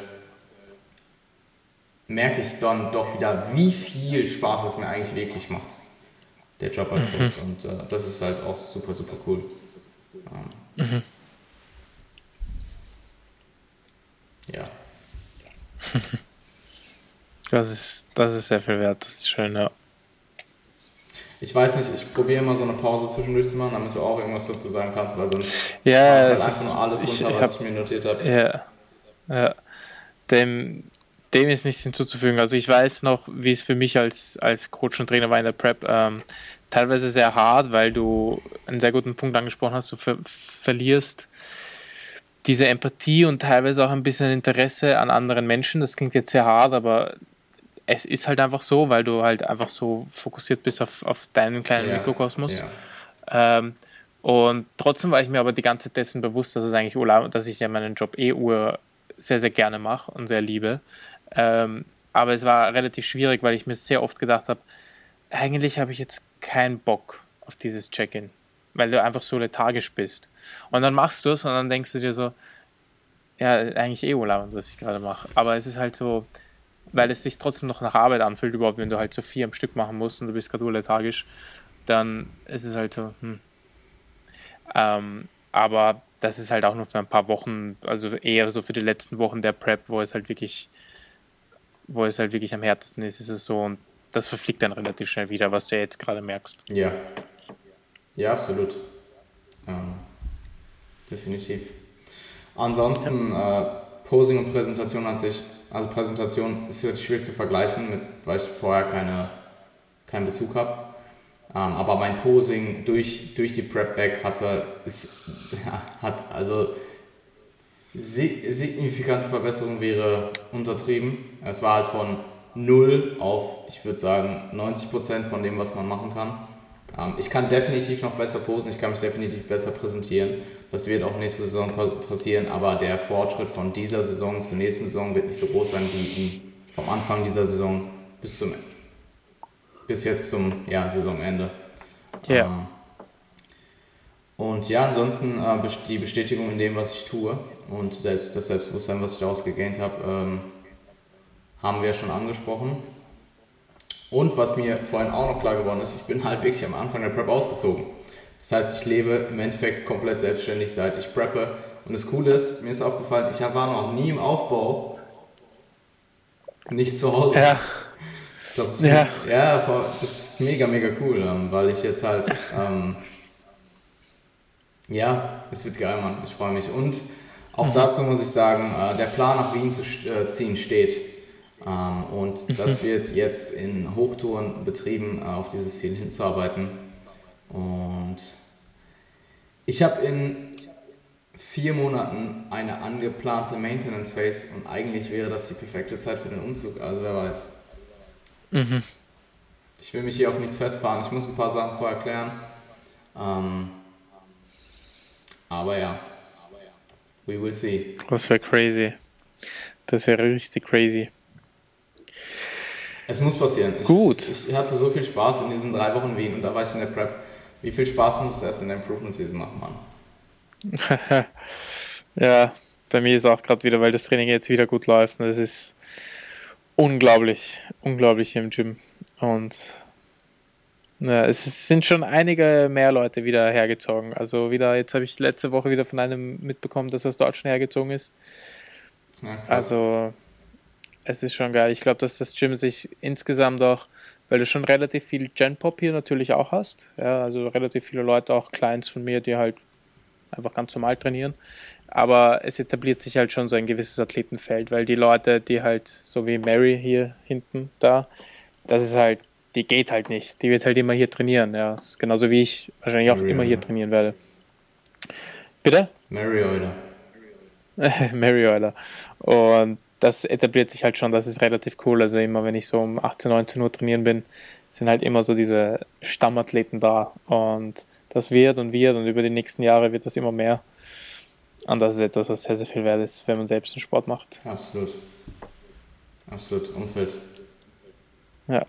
merke ich dann doch wieder, wie viel Spaß es mir eigentlich wirklich macht, der Job als Coach. Mhm. Und äh, das ist halt auch super, super cool. Ähm, mhm. Ja. Das ist, das ist sehr viel wert, das ist schön, ja. Ich weiß nicht, ich probiere immer so eine Pause zwischendurch zu machen, damit du auch irgendwas dazu sagen kannst, weil sonst ja, mache ich halt einfach nur alles runter, ich, was hab, ich mir notiert habe. Ja, ja. Dem, dem ist nichts hinzuzufügen. Also ich weiß noch, wie es für mich als, als Coach und Trainer war in der Prep, ähm, teilweise sehr hart, weil du einen sehr guten Punkt angesprochen hast, du ver- verlierst diese Empathie und teilweise auch ein bisschen Interesse an anderen Menschen. Das klingt jetzt sehr hart, aber es ist halt einfach so, weil du halt einfach so fokussiert bist auf, auf deinen kleinen ja, Mikrokosmos. Ja. Ähm, und trotzdem war ich mir aber die ganze Zeit dessen bewusst, dass es eigentlich urlaub, dass ich ja meinen Job eh ur sehr, sehr gerne mache und sehr liebe. Ähm, aber es war relativ schwierig, weil ich mir sehr oft gedacht habe, eigentlich habe ich jetzt keinen Bock auf dieses Check-in, weil du einfach so lethargisch bist. Und dann machst du es und dann denkst du dir so, ja, eigentlich eh urlaub, was ich gerade mache. Aber es ist halt so, weil es sich trotzdem noch nach Arbeit anfühlt, überhaupt, wenn du halt so vier am Stück machen musst und du bist gerade lethargisch, dann ist es halt so, hm. Ähm, aber das ist halt auch nur für ein paar Wochen, also eher so für die letzten Wochen der Prep, wo es halt wirklich, wo es halt wirklich am härtesten ist, ist es so, und das verfliegt dann relativ schnell wieder, was du jetzt gerade merkst. Ja, ja, absolut. Ähm, definitiv. Ansonsten, äh, Posing und Präsentation an sich, also Präsentation ist jetzt schwierig zu vergleichen, mit, weil ich vorher keine, keinen Bezug habe. Ähm, aber mein Posing durch, durch die Prep weg hatte, ist, hat also signifikante Verbesserung wäre untertrieben. Es war halt von null auf, ich würde sagen, neunzig Prozent von dem, was man machen kann. Ähm, ich kann definitiv noch besser posen, ich kann mich definitiv besser präsentieren. Das wird auch nächste Saison passieren, aber der Fortschritt von dieser Saison zur nächsten Saison wird nicht so groß sein wie vom Anfang dieser Saison bis zum bis jetzt zum ja, Saisonende. Yeah. Ähm, und ja, ansonsten äh, die Bestätigung in dem, was ich tue und selbst, das Selbstbewusstsein, was ich daraus gegaint habe, ähm, haben wir schon angesprochen. Und was mir vorhin auch noch klar geworden ist, ich bin halt wirklich am Anfang der Prep ausgezogen. Das heißt, ich lebe im Endeffekt komplett selbstständig, seit ich preppe. Und das Coole ist, mir ist aufgefallen, ich war noch nie im Aufbau, nicht zu Hause. Ja. Das ist, ja. Ja, das ist mega, mega cool, weil ich jetzt halt, ähm, ja, es wird geil, Mann, ich freue mich. Und Auch mhm. dazu muss ich sagen, äh, der Plan nach Wien zu äh, ziehen steht. Ähm, und das wird jetzt in Hochtouren betrieben, äh, auf dieses Ziel hinzuarbeiten. Und ich habe in vier Monaten eine angeplante Maintenance Phase und eigentlich wäre das die perfekte Zeit für den Umzug, also wer weiß. Mhm. Ich will mich hier auf nichts festfahren, ich muss ein paar Sachen vorher klären. Ähm, aber ja, we will see. Das wäre crazy. Das wäre richtig crazy. Es muss passieren. Ich, Gut. Ich, ich hatte so viel Spaß in diesen drei Wochen Wien und da war ich in der Prep. Wie viel Spaß muss es erst in der Improvement Season machen, Mann? Ja, bei mir ist auch gerade wieder, weil das Training jetzt wieder gut läuft. Das ist unglaublich, unglaublich hier im Gym. Und ja, es sind schon einige mehr Leute wieder hergezogen. Also wieder, jetzt habe ich letzte Woche wieder von einem mitbekommen, dass er aus Deutschland hergezogen ist. Ja, also es ist schon geil. Ich glaube, dass das Gym sich insgesamt auch, weil du schon relativ viel Gen-Pop hier natürlich auch hast. Ja, also relativ viele Leute, auch Clients von mir, die halt einfach ganz normal trainieren. Aber es etabliert sich halt schon so ein gewisses Athletenfeld, weil die Leute, die halt, so wie Mary hier hinten da, das ist halt, die geht halt nicht. Die wird halt immer hier trainieren. Ja, das ist genauso wie ich wahrscheinlich auch Mary immer Euler. Hier trainieren werde. Bitte? Mary Euler. Mary Euler. Und das etabliert sich halt schon, das ist relativ cool. Also immer, wenn ich so um achtzehn, neunzehn Uhr trainieren bin, sind halt immer so diese Stammathleten da. Und das wird und wird und über die nächsten Jahre wird das immer mehr. Und das ist etwas, was sehr, sehr viel wert ist, wenn man selbst einen Sport macht. Absolut. Absolut. Umfeld. Ja.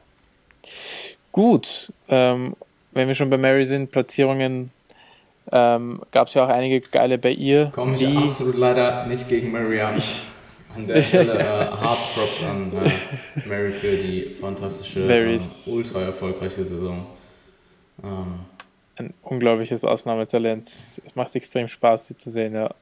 Gut. Ähm, wenn wir schon bei Mary sind, Platzierungen, ähm, gab es ja auch einige geile bei ihr. Komme ich absolut leider nicht gegen Mary an. An der Stelle äh, Hard Props an äh, Mary für die fantastische, äh, ultra erfolgreiche Saison. Ähm, Ein unglaubliches Ausnahmetalent. Es macht extrem Spaß, sie zu sehen, ja.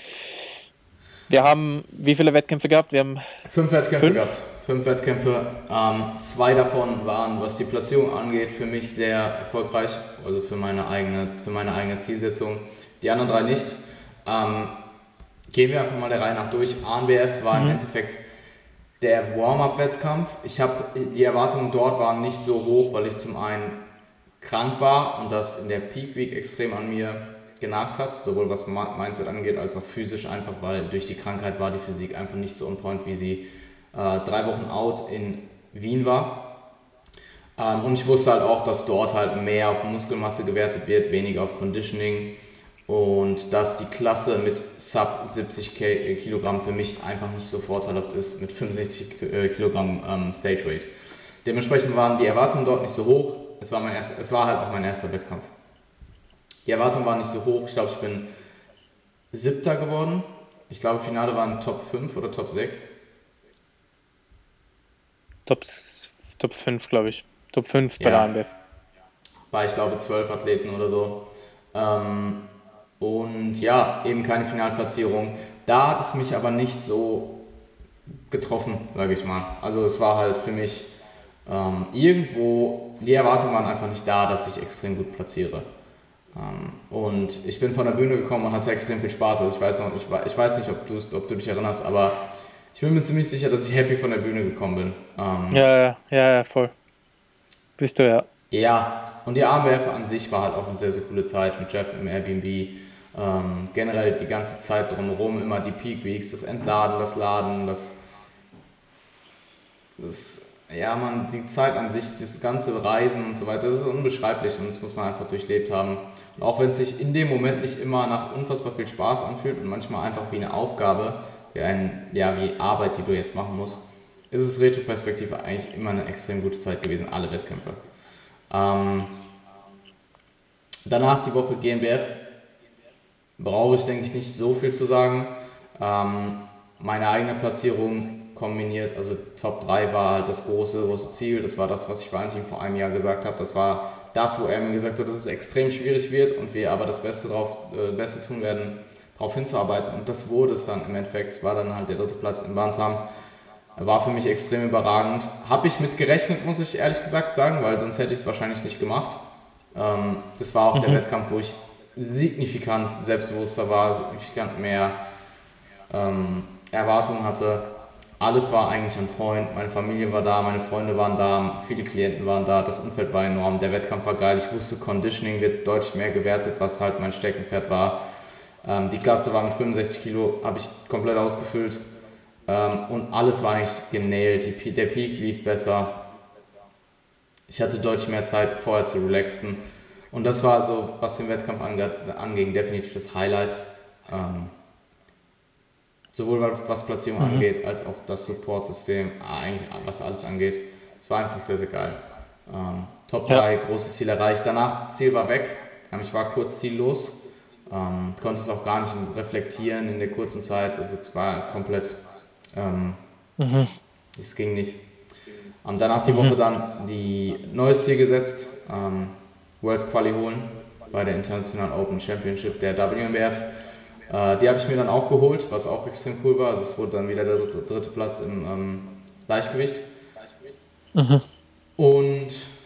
Wir haben wie viele Wettkämpfe gehabt? Wir haben fünf Wettkämpfe fünf? gehabt. Fünf Wettkämpfe. Ähm, zwei davon waren, was die Platzierung angeht, für mich sehr erfolgreich. Also für meine eigene, für meine eigene Zielsetzung. Die anderen drei nicht. Ähm, gehen wir einfach mal der Reihe nach durch. A N B F war mhm. im Endeffekt der Warm-Up-Wettkampf. Ich habe die Erwartungen dort waren nicht so hoch, weil ich zum einen krank war und das in der Peak Week extrem an mir genagt hat, sowohl was Mindset angeht, als auch physisch einfach, weil durch die Krankheit war die Physik einfach nicht so on point, wie sie äh, drei Wochen out in Wien war. Ähm, und ich wusste halt auch, dass dort halt mehr auf Muskelmasse gewertet wird, weniger auf Conditioning und dass die Klasse mit Sub siebzig Kilogramm für mich einfach nicht so vorteilhaft ist mit fünfundsechzig Kilogramm ähm, Stage Weight. Dementsprechend waren die Erwartungen dort nicht so hoch. Es war, mein erster, es war halt auch mein erster Wettkampf. Die Erwartungen waren nicht so hoch. Ich glaube, ich bin Siebter geworden. Ich glaube, Finale waren Top fünf oder Top sechs. Top, Top fünf, glaube ich. Top fünf bei ja. der A N B F. War, ich glaube, zwölf Athleten oder so. Ähm, und ja, eben keine Finalplatzierung. Da hat es mich aber nicht so getroffen, sage ich mal. Also es war halt für mich ähm, irgendwo, die Erwartungen waren einfach nicht da, dass ich extrem gut platziere. Ähm, und ich bin von der Bühne gekommen und hatte extrem viel Spaß. Also ich weiß noch, ich, ich weiß nicht, ob du, ob du dich erinnerst, aber ich bin mir ziemlich sicher, dass ich happy von der Bühne gekommen bin. Ähm, ja, ja, ja, ja, voll. Bist du ja. Ja, und die A N B F an sich war halt auch eine sehr, sehr coole Zeit mit Jeff im Airbnb. Ähm, generell die ganze Zeit drumherum, immer die Peak Weeks, das Entladen, das Laden, das, das, ja man, die Zeit an sich, das ganze Reisen und so weiter, das ist unbeschreiblich und das muss man einfach durchlebt haben. Und auch wenn es sich in dem Moment nicht immer nach unfassbar viel Spaß anfühlt und manchmal einfach wie eine Aufgabe, wie, ein, ja, wie Arbeit, die du jetzt machen musst, ist es retroperspektiv eigentlich immer eine extrem gute Zeit gewesen, alle Wettkämpfe. Ähm, danach die Woche G N B F. Brauche ich, denke ich, nicht so viel zu sagen. Ähm, meine eigene Platzierung kombiniert, also Top drei war halt das große, große Ziel. Das war das, was ich Valentin vor einem Jahr gesagt habe. Das war das, wo er mir gesagt hat, dass es extrem schwierig wird und wir aber das Beste, drauf, äh, Beste tun werden, darauf hinzuarbeiten. Und das wurde es dann im Endeffekt. Es war dann halt der dritte Platz im Bantam. War für mich extrem überragend. Habe ich mit gerechnet, muss ich ehrlich gesagt sagen, weil sonst hätte ich es wahrscheinlich nicht gemacht. Ähm, das war auch mhm. der Wettkampf, wo ich signifikant selbstbewusster war, signifikant mehr ähm, Erwartungen hatte. Alles war eigentlich on point. Meine Familie war da, meine Freunde waren da, viele Klienten waren da, das Umfeld war enorm, der Wettkampf war geil. Ich wusste, Conditioning wird deutlich mehr gewertet, was halt mein Steckenpferd war. Ähm, die Klasse war mit fünfundsechzig Kilo, habe ich komplett ausgefüllt. Ähm, und alles war eigentlich genailt. Die, der Peak lief besser. Ich hatte deutlich mehr Zeit vorher zu relaxen. Und das war so, was den Wettkampf anging, definitiv das Highlight. Ähm, sowohl was Platzierung mhm. angeht, als auch das Supportsystem, eigentlich was alles angeht. Es war einfach sehr, sehr geil. Ähm, Top drei, ja. Großes Ziel erreicht. Danach, Ziel war weg. Ich war kurz ziellos. Ähm, konnte es auch gar nicht reflektieren in der kurzen Zeit. Also es war komplett, ähm, mhm. es ging nicht. Und danach die mhm. Woche dann die neues Ziel gesetzt, ähm, Worlds Quali holen bei der International Open Championship der W M B F. Äh, die habe ich mir dann auch geholt, was auch extrem cool war. Also es wurde dann wieder der dritte, dritte Platz im ähm, Leichtgewicht. Mhm. Und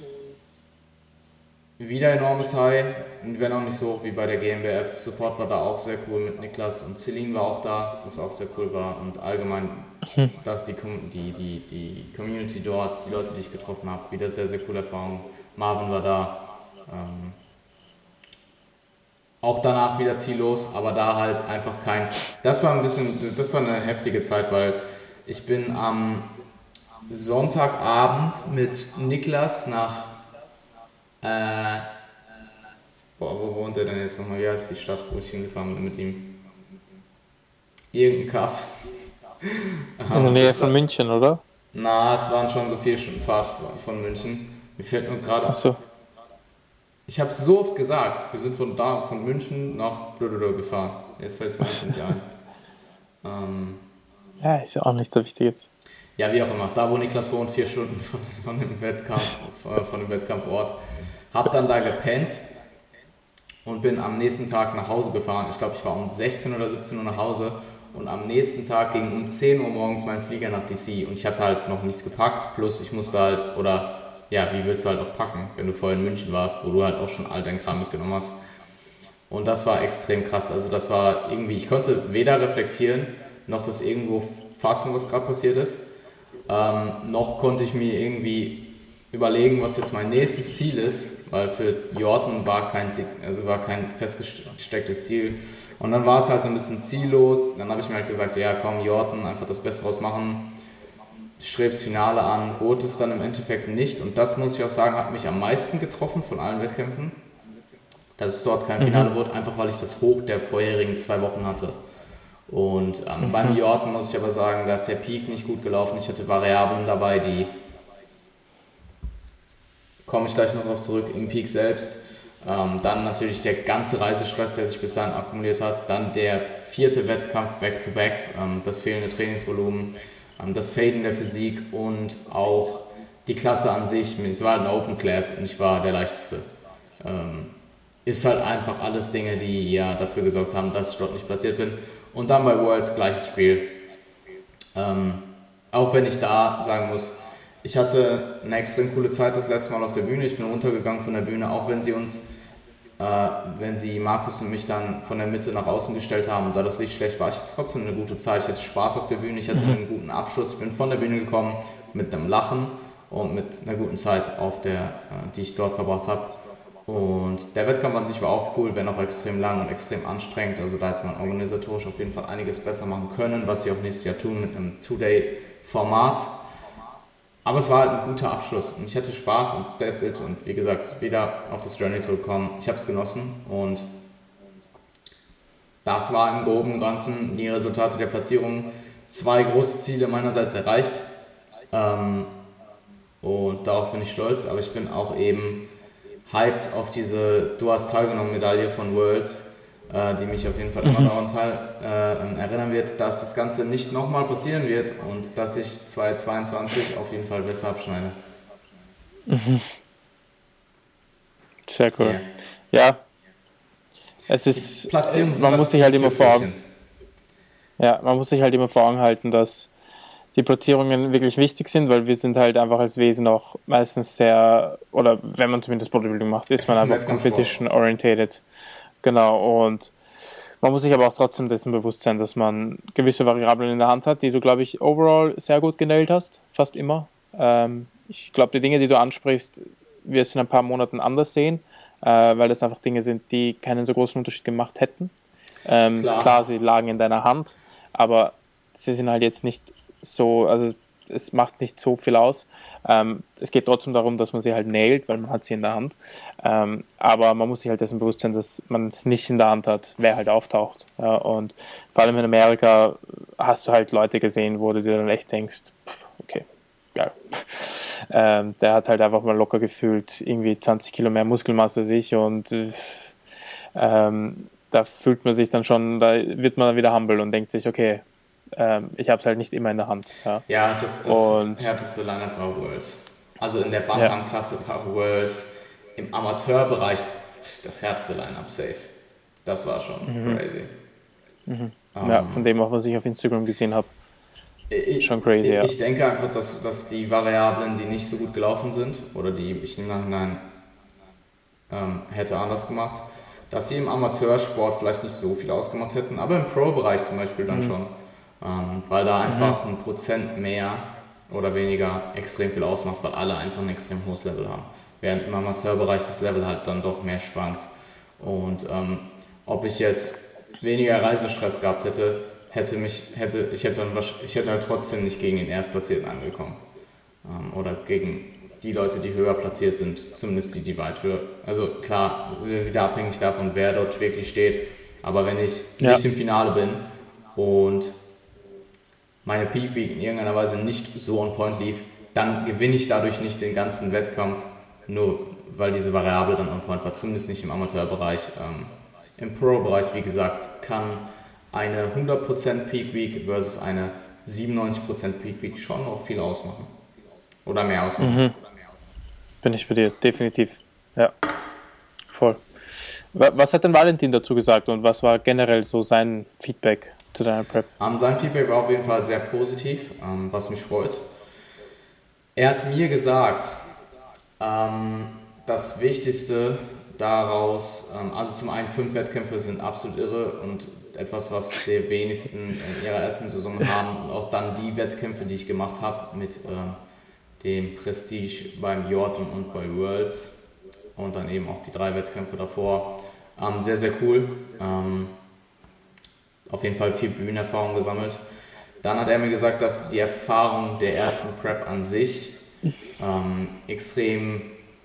wieder enormes High, wenn auch nicht so hoch wie bei der G M B F. Support war da auch sehr cool mit Niklas und Celine war auch da, was auch sehr cool war. Und allgemein, mhm. dass die, die, die, die Community dort, die Leute, die ich getroffen habe, wieder sehr, sehr coole Erfahrung. Marvin war da. Ähm, auch danach wieder ziellos, aber da halt einfach kein... Das war ein bisschen, das war eine heftige Zeit, weil ich bin am Sonntagabend mit Niklas nach... Äh, boah, wo wohnt er denn jetzt nochmal? Wie heißt die Stadt, wo ich hingefahren bin mit ihm? Irgendein Kaff. In der Nähe von München, oder? Na, es waren schon so vier Stunden Fahrt von München. Mir fällt nur gerade... Ach so. Ich habe so oft gesagt, wir sind von da, von München nach Blödöder gefahren. Jetzt fällt es mir nicht ein. Ähm, ja, ist ja auch nicht so wichtig jetzt. Ja, wie auch immer. Da, wo Niklas wohnt, vier Stunden von, von dem Wettkampf, von dem Wettkampfort. Hab dann da gepennt und bin am nächsten Tag nach Hause gefahren. Ich glaube, ich war um sechzehn oder siebzehn Uhr nach Hause und am nächsten Tag ging um zehn Uhr morgens mein Flieger nach D C und ich hatte halt noch nichts gepackt, plus ich musste halt, oder ja, wie willst du halt auch packen, wenn du vorher in München warst, wo du halt auch schon all dein Kram mitgenommen hast. Und das war extrem krass. Also das war irgendwie, ich konnte weder reflektieren, noch das irgendwo fassen, was gerade passiert ist. Ähm, noch konnte ich mir irgendwie überlegen, was jetzt mein nächstes Ziel ist, weil für Jordan war kein, also war kein festgestecktes Ziel. Und dann war es halt so ein bisschen ziellos. Dann habe ich mir halt gesagt, ja komm, Jordan, einfach das Beste draus machen. Strebst Finale an, wurde es dann im Endeffekt nicht. Und das, muss ich auch sagen, hat mich am meisten getroffen von allen Wettkämpfen. Dass es dort kein Finale mhm. wurde, einfach weil ich das Hoch der vorherigen zwei Wochen hatte. Und ähm, mhm. beim Jordan muss ich aber sagen, da ist der Peak nicht gut gelaufen. Ich hatte Variablen dabei, die, komme ich gleich noch drauf zurück, im Peak selbst. Ähm, dann natürlich der ganze Reisestress, der sich bis dahin akkumuliert hat. Dann der vierte Wettkampf Back-to-Back, ähm, das fehlende Trainingsvolumen, ähm, das Faden der Physik und auch die Klasse an sich. Es war halt eine Open Class und ich war der Leichteste. Ähm, ist halt einfach alles Dinge, die ja dafür gesorgt haben, dass ich dort nicht platziert bin. Und dann bei Worlds gleiches Spiel. Ähm, auch wenn ich da sagen muss, ich hatte eine extrem coole Zeit das letzte Mal auf der Bühne. Ich bin runtergegangen von der Bühne, auch wenn sie uns, äh, wenn sie Markus und mich dann von der Mitte nach außen gestellt haben und da das Licht schlecht war, ich hatte trotzdem eine gute Zeit. Ich hatte Spaß auf der Bühne, ich hatte mhm. einen guten Abschluss. Ich bin von der Bühne gekommen mit einem Lachen und mit einer guten Zeit, auf der, äh, die ich dort verbracht habe. Und der Wettkampf an sich war auch cool, wenn auch extrem lang und extrem anstrengend. Also da hätte man organisatorisch auf jeden Fall einiges besser machen können, was sie auch nächstes Jahr tun mit einem Two-Day-Format. Aber es war halt ein guter Abschluss und ich hatte Spaß und that's it. Und wie gesagt, wieder auf das Journey zurückkommen. Ich habe es genossen und das war im Groben und Ganzen die Resultate der Platzierung. Zwei große Ziele meinerseits erreicht ähm, und darauf bin ich stolz. Aber ich bin auch eben hyped auf diese Du hast teilgenommen Medaille von Worlds, äh, die mich auf jeden Fall immer mhm. daran teil, äh, erinnern wird, dass das Ganze nicht nochmal passieren wird und dass ich zweitausendzweiundzwanzig auf jeden Fall besser abschneide. Mhm. Sehr cool. Ja, ja. Es ist, man muss sich halt immer vor Augen, ja, man muss sich halt immer vor Augen halten, dass die Platzierungen wirklich wichtig sind, weil wir sind halt einfach als Wesen auch meistens sehr, oder wenn man zumindest Bodybuilding macht, ist man einfach competition-orientated. Genau, und Man muss sich aber auch trotzdem dessen bewusst sein, dass man gewisse Variablen in der Hand hat, die du, glaube ich, overall sehr gut genäht hast, fast immer. Ähm, ich glaube, die Dinge, die du ansprichst, wirst du in ein paar Monaten anders sehen, äh, weil das einfach Dinge sind, die keinen so großen Unterschied gemacht hätten. Ähm, Klar. klar, sie lagen in deiner Hand, aber sie sind halt jetzt nicht so, also es macht nicht so viel aus. Ähm, es geht trotzdem darum, dass man sie halt nailt, weil man hat sie in der Hand. Ähm, aber man muss sich halt dessen bewusst sein, dass man es nicht in der Hand hat, wer halt auftaucht. Ja, und vor allem in Amerika hast du halt Leute gesehen, wo du dir dann echt denkst, okay, geil. Ähm, der hat halt einfach mal locker gefühlt irgendwie zwanzig Kilo mehr Muskelmasse als ich und ähm, da fühlt man sich dann schon, da wird man dann wieder humble und denkt sich, okay, ähm, ich habe es halt nicht immer in der Hand. Ja, ja das, das härteste Line-Up war Worlds. Also in der Bantam-Klasse war Worlds, im Amateurbereich das härteste Line-Up safe. Das war schon mhm. crazy. Mhm. Um, ja, von dem auch, was ich auf Instagram gesehen habe. Schon crazy, ich, ja. Ich denke einfach, dass, dass die Variablen, die nicht so gut gelaufen sind, oder die ich im Nachhinein ähm, hätte anders gemacht, dass sie im Amateursport vielleicht nicht so viel ausgemacht hätten, aber im Pro-Bereich zum Beispiel dann mhm. schon. Ähm, weil da einfach mhm. ein Prozent mehr oder weniger extrem viel ausmacht, weil alle einfach ein extrem hohes Level haben. Während im Amateurbereich das Level halt dann doch mehr schwankt. Und ähm, ob ich jetzt weniger Reisestress gehabt hätte, hätte mich, hätte, ich hätte dann ich hätte halt trotzdem nicht gegen den Erstplatzierten angekommen. Ähm, oder gegen die Leute, die höher platziert sind, zumindest die, die weit höher. Also klar, wieder abhängig davon, wer dort wirklich steht. Aber wenn ich ja. nicht im Finale bin und meine Peak Week in irgendeiner Weise nicht so on point lief, dann gewinne ich dadurch nicht den ganzen Wettkampf, nur weil diese Variable dann on point war. Zumindest nicht im Amateurbereich. Ähm, Im Pro-Bereich, wie gesagt, kann eine hundert Prozent Peak Week versus eine siebenundneunzig Prozent Peak Week schon noch viel ausmachen. Oder mehr ausmachen. Mhm. Bin ich bei dir, definitiv. Ja, voll. Was hat denn Valentin dazu gesagt und was war generell so sein Feedback zu deiner Prep? Um, sein Feedback war auf jeden Fall sehr positiv, um, was mich freut. Er hat mir gesagt, um, das Wichtigste daraus, um, also zum einen fünf Wettkämpfe sind absolut irre und etwas, was die wenigsten in ihrer ersten Saison haben und auch dann die Wettkämpfe, die ich gemacht habe mit äh, dem Prestige beim Jordan und bei Worlds und dann eben auch die drei Wettkämpfe davor. Ähm, sehr, sehr cool. Ähm, auf jeden Fall viel Bühnenerfahrung gesammelt. Dann hat er mir gesagt, dass die Erfahrung der ersten Prep an sich ähm, extrem,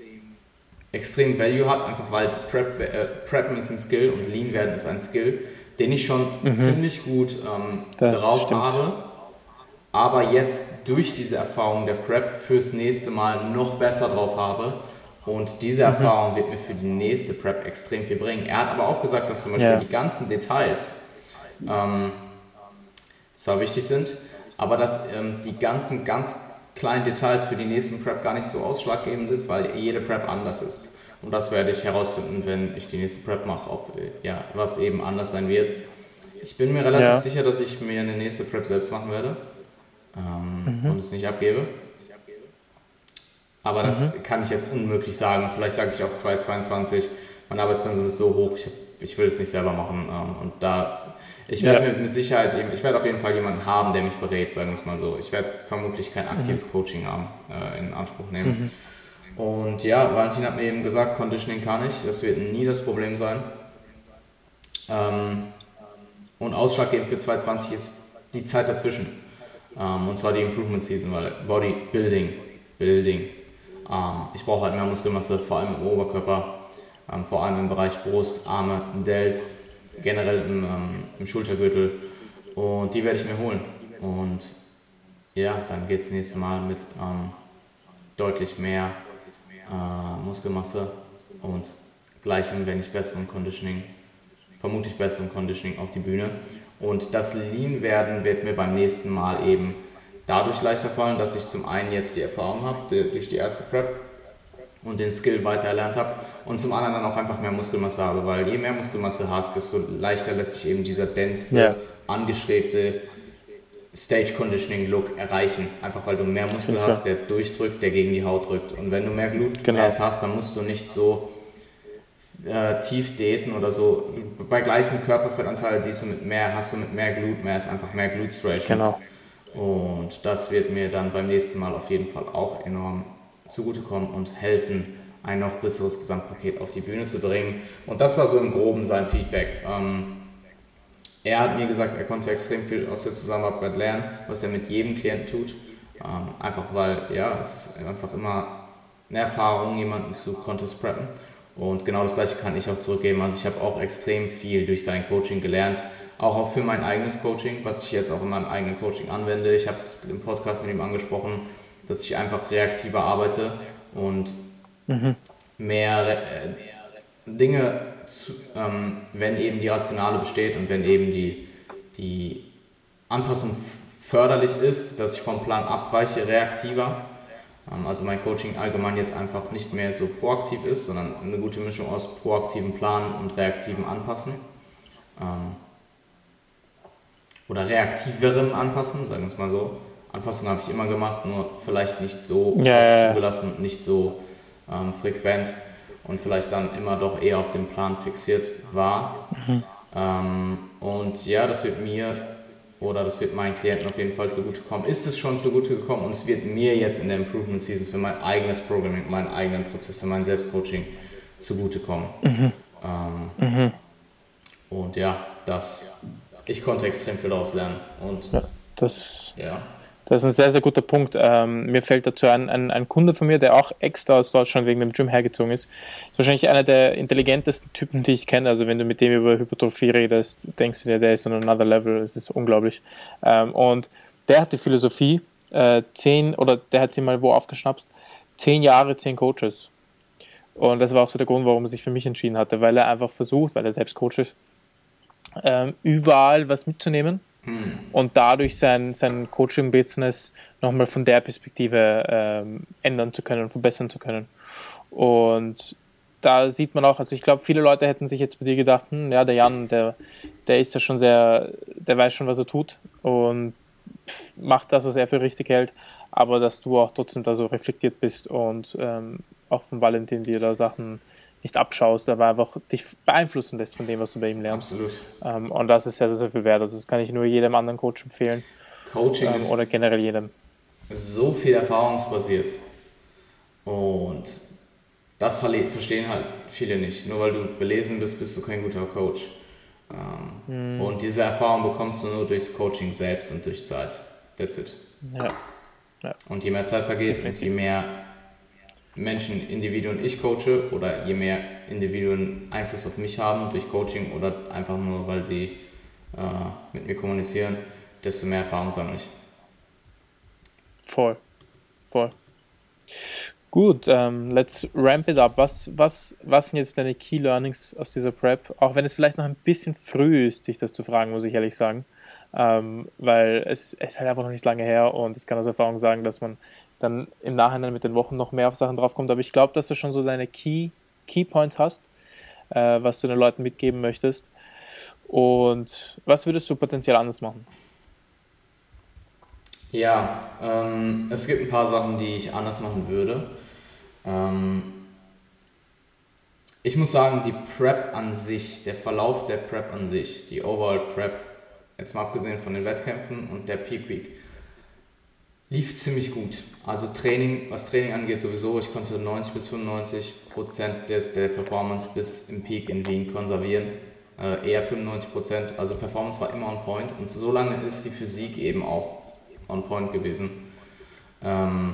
extrem Value hat, einfach weil Prep, äh, Preppen ist ein Skill und Lean werden ist ein Skill, den ich schon mhm. ziemlich gut ähm, drauf stimmt. habe, aber jetzt durch diese Erfahrung der Prep fürs nächste Mal noch besser drauf habe und diese mhm. Erfahrung wird mir für die nächste Prep extrem viel bringen. Er hat aber auch gesagt, dass zum Beispiel ja. die ganzen Details ähm, zwar wichtig sind, aber dass ähm, die ganzen ganz kleinen Details für die nächsten Prep gar nicht so ausschlaggebend ist, weil jede Prep anders ist. Und das werde ich herausfinden, wenn ich die nächste Prep mache, ob ja, was eben anders sein wird. Ich bin mir relativ ja. sicher, dass ich mir eine nächste Prep selbst machen werde ähm, mhm. und es nicht abgebe. Aber das mhm. kann ich jetzt unmöglich sagen. Vielleicht sage ich auch zwanzig zweiundzwanzig, mein Arbeitspensum ist so hoch, ich, hab, ich will es nicht selber machen. Ähm, und da, ich werde ja. mit, mit Sicherheit eben, ich werde auf jeden Fall jemanden haben, der mich berät, sagen wir es mal so. Ich werde vermutlich kein aktives mhm. Coaching haben, äh, in Anspruch nehmen. Mhm. Und ja, Valentin hat mir eben gesagt, Conditioning kann ich, das wird nie das Problem sein. Ähm, und ausschlaggebend für zwanzig zwanzig ist die Zeit dazwischen. Ähm, und zwar die Improvement Season, weil Bodybuilding, Building. Ähm, ich brauche halt mehr Muskelmasse, vor allem im Oberkörper, ähm, vor allem im Bereich Brust, Arme, Delts, generell im, ähm, im Schultergürtel. Und die werde ich mir holen. Und ja, dann geht es nächstes Mal mit ähm, deutlich mehr äh, Muskelmasse und gleichem, wenn nicht besserem Conditioning, vermutlich besserem Conditioning auf die Bühne. Und das Lean werden wird mir beim nächsten Mal eben dadurch leichter fallen, dass ich zum einen jetzt die Erfahrung habe durch die erste Prep und den Skill weiter erlernt habe und zum anderen dann auch einfach mehr Muskelmasse habe, weil je mehr Muskelmasse hast, desto leichter lässt sich eben dieser dense, yeah. angestrebte Stage Conditioning Look erreichen. Einfach weil du mehr Muskel okay. hast, der durchdrückt, der gegen die Haut drückt. Und wenn du mehr Glute genau. hast, dann musst du nicht so äh, Tiefdiäten oder so, bei gleichem Körperfettanteil siehst du mit mehr, hast du mit mehr Glute Mass einfach mehr Glute Striations. Genau. Und das wird mir dann beim nächsten Mal auf jeden Fall auch enorm zugutekommen und helfen, ein noch besseres Gesamtpaket auf die Bühne zu bringen. Und das war so im Groben sein Feedback. Ähm, er hat mir gesagt, er konnte extrem viel aus der Zusammenarbeit lernen, was er mit jedem Klienten tut. Ähm, einfach weil, ja, es ist einfach immer eine Erfahrung, jemanden zu Contest preppen. Und genau das Gleiche kann ich auch zurückgeben. Also ich habe auch extrem viel durch sein Coaching gelernt. Auch, auch für mein eigenes Coaching, was ich jetzt auch in meinem eigenen Coaching anwende. Ich habe es im Podcast mit ihm angesprochen, dass ich einfach reaktiver arbeite und mhm. mehr äh, Dinge, zu, ähm, wenn eben die Rationale besteht und wenn eben die, die Anpassung förderlich ist, dass ich vom Plan abweiche, reaktiver. Ähm, also mein Coaching allgemein jetzt einfach nicht mehr so proaktiv ist, sondern eine gute Mischung aus proaktivem Planen und reaktivem Anpassen. Ähm, oder reaktiverem Anpassen, sagen wir es mal so. Anpassungen habe ich immer gemacht, nur vielleicht nicht so ja, oft zugelassen, nicht so ähm, frequent und vielleicht dann immer doch eher auf den Plan fixiert war. Mhm. Ähm, und ja, das wird mir oder das wird meinen Klienten auf jeden Fall zugutekommen. Ist es schon zugutegekommen und es wird mir jetzt in der Improvement Season für mein eigenes Programming, meinen eigenen Prozess, für mein Selbstcoaching zugutekommen. Mhm. Ähm, mhm. Und ja, das, ich konnte extrem viel daraus lernen. Und ja, das... Ja. Das ist ein sehr, sehr guter Punkt. Ähm, mir fällt dazu ein, ein, ein Kunde von mir, der auch extra aus Deutschland wegen dem Gym hergezogen ist. Ist wahrscheinlich einer der intelligentesten Typen, die ich kenne. Also wenn du mit dem über Hypertrophie redest, denkst du dir, der ist on another level. Das ist unglaublich. Ähm, und der hat die Philosophie, äh, zehn, oder der hat sie mal wo aufgeschnappt, zehn Jahre, zehn Coaches. Und das war auch so der Grund, warum er sich für mich entschieden hatte, weil er einfach versucht, weil er selbst Coach ist, ähm, überall was mitzunehmen. Und dadurch sein, sein Coaching-Business nochmal von der Perspektive ähm, ändern zu können und verbessern zu können. Und da sieht man auch, also ich glaube, viele Leute hätten sich jetzt bei dir gedacht, hm, ja, der Jan, der, der ist ja schon sehr, der weiß schon, was er tut und macht das, was er für richtig hält, aber dass du auch trotzdem da so reflektiert bist und ähm, auch von Valentin dir da Sachen nicht abschaust, aber einfach dich beeinflussen lässt von dem, was du bei ihm lernst. Absolut. Ähm, und das ist sehr, sehr viel wert. Also das kann ich nur jedem anderen Coach empfehlen. Coaching ähm, ist oder generell jedem. So viel erfahrungsbasiert. Und das verstehen halt viele nicht. Nur weil du belesen bist, bist du kein guter Coach. Ähm, hm. Und diese Erfahrung bekommst du nur durchs Coaching selbst und durch Zeit. That's it. Ja. Ja. Und je mehr Zeit vergeht Definitiv. Und je mehr Menschen, Individuen ich coache oder je mehr Individuen Einfluss auf mich haben durch Coaching oder einfach nur, weil sie äh, mit mir kommunizieren, desto mehr Erfahrung sammle ich. Voll, voll. Gut, ähm, let's ramp it up. Was, was, was sind jetzt deine Key Learnings aus dieser Prep? Auch wenn es vielleicht noch ein bisschen früh ist, dich das zu fragen, muss ich ehrlich sagen. Ähm, weil es, es ist halt einfach noch nicht lange her und ich kann aus Erfahrung sagen, dass man dann im Nachhinein mit den Wochen noch mehr auf Sachen draufkommt. Aber ich glaube, dass du schon so deine Key, Key Points hast, äh, was du den Leuten mitgeben möchtest. Und was würdest du potenziell anders machen? Ja, ähm, es gibt ein paar Sachen, die ich anders machen würde. Ähm, ich muss sagen, die Prep an sich, der Verlauf der Prep an sich, die Overall Prep, jetzt mal abgesehen von den Wettkämpfen und der Peak Week, lief ziemlich gut. Also Training, was Training angeht sowieso, ich konnte neunzig bis fünfundneunzig Prozent des, der Performance bis im Peak in Wien konservieren. Äh, eher fünfundneunzig Prozent, also Performance war immer on point und so lange ist die Physik eben auch on point gewesen. Ähm,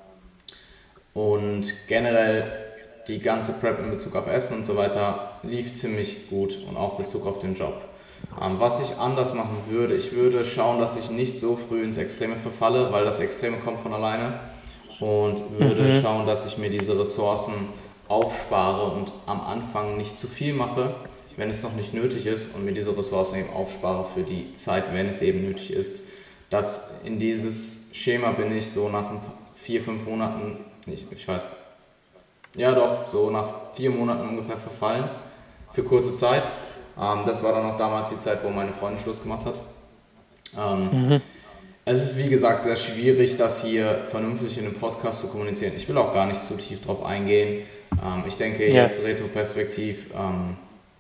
und generell die ganze Prep in Bezug auf Essen und so weiter lief ziemlich gut und auch in Bezug auf den Job. Ähm, was ich anders machen würde, ich würde schauen, dass ich nicht so früh ins Extreme verfalle, weil das Extreme kommt von alleine und würde mhm. schauen, dass ich mir diese Ressourcen aufspare und am Anfang nicht zu viel mache, wenn es noch nicht nötig ist und mir diese Ressourcen eben aufspare für die Zeit, wenn es eben nötig ist. Dass in dieses Schema bin ich so nach vier, fünf Monaten, nicht, ich weiß, ja doch, so nach vier Monaten ungefähr verfallen, für kurze Zeit. Ähm, das war dann auch damals die Zeit, wo meine Freundin Schluss gemacht hat. Ähm, mhm. Es ist wie gesagt sehr schwierig, das hier vernünftig in einem Podcast zu kommunizieren. Ich will auch gar nicht zu tief drauf eingehen. Ähm, ich denke Ja. jetzt retroperspektiv, ähm,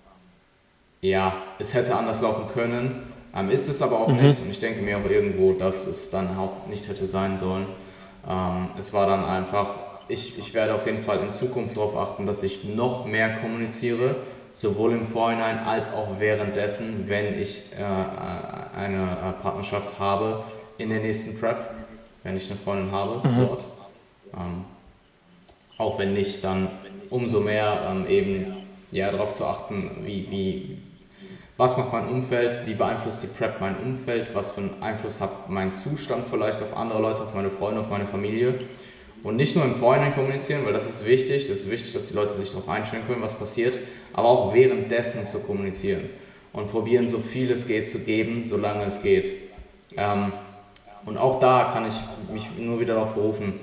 ja, es hätte anders laufen können, ähm, ist es aber auch Mhm. nicht. Und ich denke mir auch irgendwo, dass es dann auch nicht hätte sein sollen. Ähm, es war dann einfach, ich, ich werde auf jeden Fall in Zukunft darauf achten, dass ich noch mehr kommuniziere, sowohl im Vorhinein als auch währenddessen, wenn ich äh, eine äh, Partnerschaft habe in der nächsten Prep, wenn ich eine Freundin habe Mhm. dort. Ähm, auch wenn nicht, dann umso mehr ähm, eben ja, darauf zu achten, wie, wie, was macht mein Umfeld, wie beeinflusst die Prep mein Umfeld, was für einen Einfluss hat mein Zustand vielleicht auf andere Leute, auf meine Freunde, auf meine Familie. Und nicht nur im Vorhinein kommunizieren, weil das ist wichtig, das ist wichtig, dass die Leute sich darauf einstellen können, was passiert, aber auch währenddessen zu kommunizieren und probieren, so viel es geht zu geben, solange es geht. Ähm, und auch da kann ich mich nur wieder darauf berufen,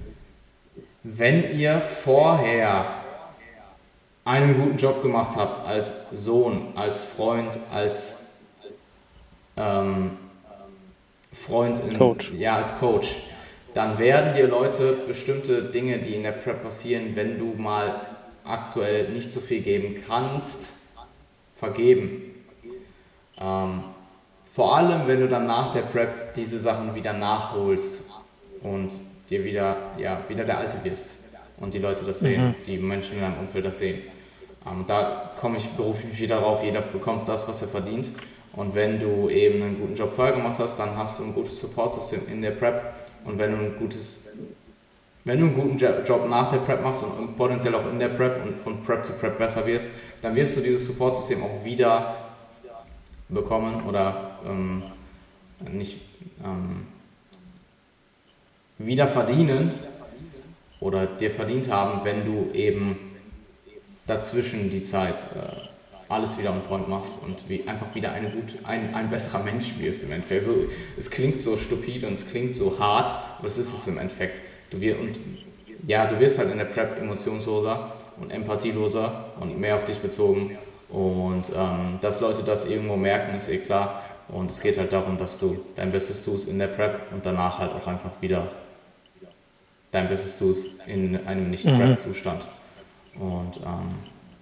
wenn ihr vorher einen guten Job gemacht habt als Sohn, als Freund, als ähm, Freund, in, Coach. ja, als Coach, dann werden dir Leute bestimmte Dinge, die in der Prep passieren, wenn du mal aktuell nicht so viel geben kannst, vergeben. Ähm, vor allem, wenn du dann nach der Prep diese Sachen wieder nachholst und dir wieder, ja, wieder der Alte wirst und die Leute das sehen, Mhm. die Menschen in deinem Umfeld das sehen. Ähm, da komme ich, berufe ich mich wieder darauf, jeder bekommt das, was er verdient. Und wenn du eben einen guten Job vorher gemacht hast, dann hast du ein gutes Supportsystem in der Prep. Und wenn du ein gutes, wenn du einen guten Job nach der Prep machst und potenziell auch in der Prep und von Prep zu Prep besser wirst, dann wirst du dieses Supportsystem auch wieder bekommen oder ähm, nicht ähm, wieder verdienen oder dir verdient haben, wenn du eben dazwischen die Zeit äh, alles wieder on point machst und wie, einfach wieder eine gut, ein, ein besserer Mensch wirst im Endeffekt. So, es klingt so stupide und es klingt so hart, aber es ist es im Endeffekt. Du wirst, und, ja, du wirst halt in der Prep emotionsloser und empathieloser und mehr auf dich bezogen. Und ähm, dass Leute das irgendwo merken, ist eh klar. Und es geht halt darum, dass du dein Bestes tust in der Prep und danach halt auch einfach wieder dein Bestes tust in einem Mhm. Nicht-Prep-Zustand. Und ähm,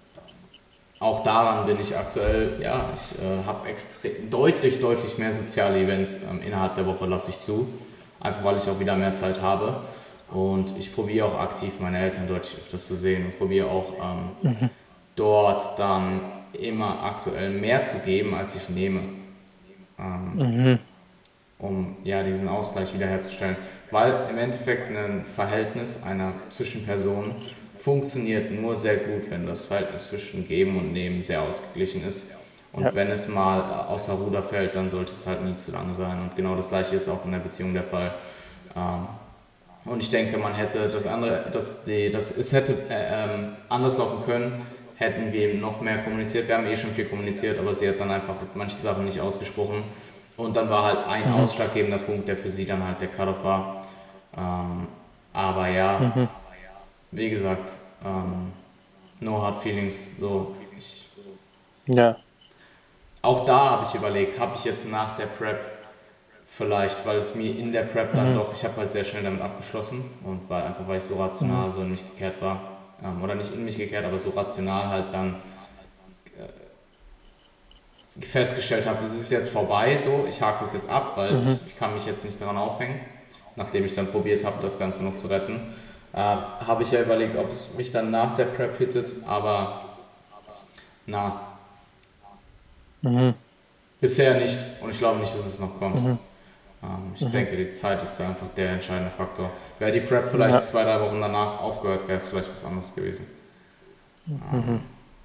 auch daran bin ich aktuell, ja, ich äh, habe extrem deutlich, deutlich mehr soziale Events ähm, innerhalb der Woche lasse ich zu. Einfach weil ich auch wieder mehr Zeit habe. Und ich probiere auch aktiv meine Eltern deutlich öfters zu sehen und probiere auch ähm, Mhm. dort dann immer aktuell mehr zu geben, als ich nehme, ähm, Mhm. um ja diesen Ausgleich wiederherzustellen. Weil im Endeffekt ein Verhältnis einer zwischen Personen funktioniert nur sehr gut, wenn das Verhältnis zwischen Geben und Nehmen sehr ausgeglichen ist. Und Ja. wenn es mal außer Ruder fällt, dann sollte es halt nie zu lange sein. Und genau das gleiche ist auch in der Beziehung der Fall. Ähm, und ich denke, man hätte das andere, das, die, das, es hätte äh, ähm, anders laufen können, hätten wir noch mehr kommuniziert. Wir haben eh schon viel kommuniziert, aber sie hat dann einfach manche Sachen nicht ausgesprochen. Und dann war halt ein Mhm. ausschlaggebender Punkt, der für sie dann halt der Cut-Off war. Ähm, aber ja, Mhm. wie gesagt, ähm, no hard feelings. So, ich, Ja. auch da habe ich überlegt, habe ich jetzt nach der Prep vielleicht, weil es mir in der Prep dann Mhm. doch, ich habe halt sehr schnell damit abgeschlossen und weil einfach weil ich so Mhm. rational so in mich gekehrt war, ähm, oder nicht in mich gekehrt, aber so rational halt dann festgestellt habe, es ist jetzt vorbei, so, ich hake das jetzt ab, weil Mhm. ich, ich kann mich jetzt nicht daran aufhängen, nachdem ich dann probiert habe, das Ganze noch zu retten. Äh, habe ich ja überlegt, ob es mich dann nach der Prep hittet, aber na, Mhm. bisher nicht und ich glaube nicht, dass es noch kommt. Mhm. Ähm, ich Mhm. denke, die Zeit ist da einfach der entscheidende Faktor. Wäre die Prep vielleicht Ja. zwei, drei Wochen danach aufgehört, wäre es vielleicht was anderes gewesen. Mhm.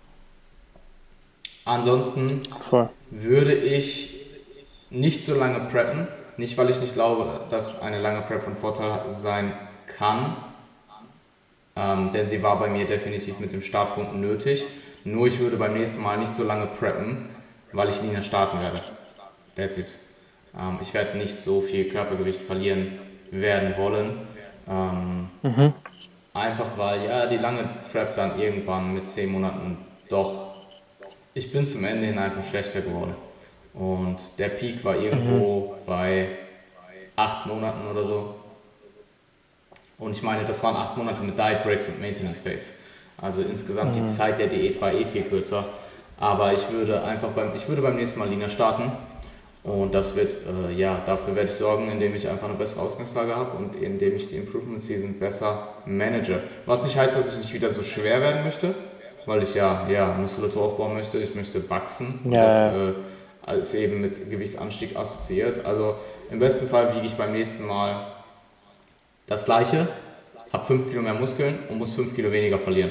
Ansonsten Voll. würde ich nicht so lange preppen, nicht weil ich nicht glaube, dass eine lange Prep von Vorteil sein kann, ähm, denn sie war bei mir definitiv mit dem Startpunkt nötig. Nur ich würde beim nächsten Mal nicht so lange preppen, weil ich nie mehr starten werde. That's it. Ähm, ich werde nicht so viel Körpergewicht verlieren werden wollen. Ähm, Mhm. einfach weil ja die lange Prep dann irgendwann mit zehn Monaten doch, ich bin zum Ende hin einfach schlechter geworden. Und der Peak war Mhm. irgendwo bei acht Monaten oder so. Und ich meine, das waren acht Monate mit Diet Breaks und Maintenance Phase. Also insgesamt die Zeit der Diät war eh viel kürzer. Aber ich würde einfach beim, ich würde beim nächsten Mal leaner starten. Und das wird, äh, ja, dafür werde ich sorgen, indem ich einfach eine bessere Ausgangslage habe und indem ich die Improvement Season besser manage. Was nicht heißt, dass ich nicht wieder so schwer werden möchte, weil ich ja, ja Muskulatur aufbauen möchte, ich möchte wachsen. Und Ja, das ja. äh, als eben mit Gewichtsanstieg assoziiert. Also im besten Fall wiege ich beim nächsten Mal das gleiche, habe fünf Kilo mehr Muskeln und muss fünf Kilo weniger verlieren.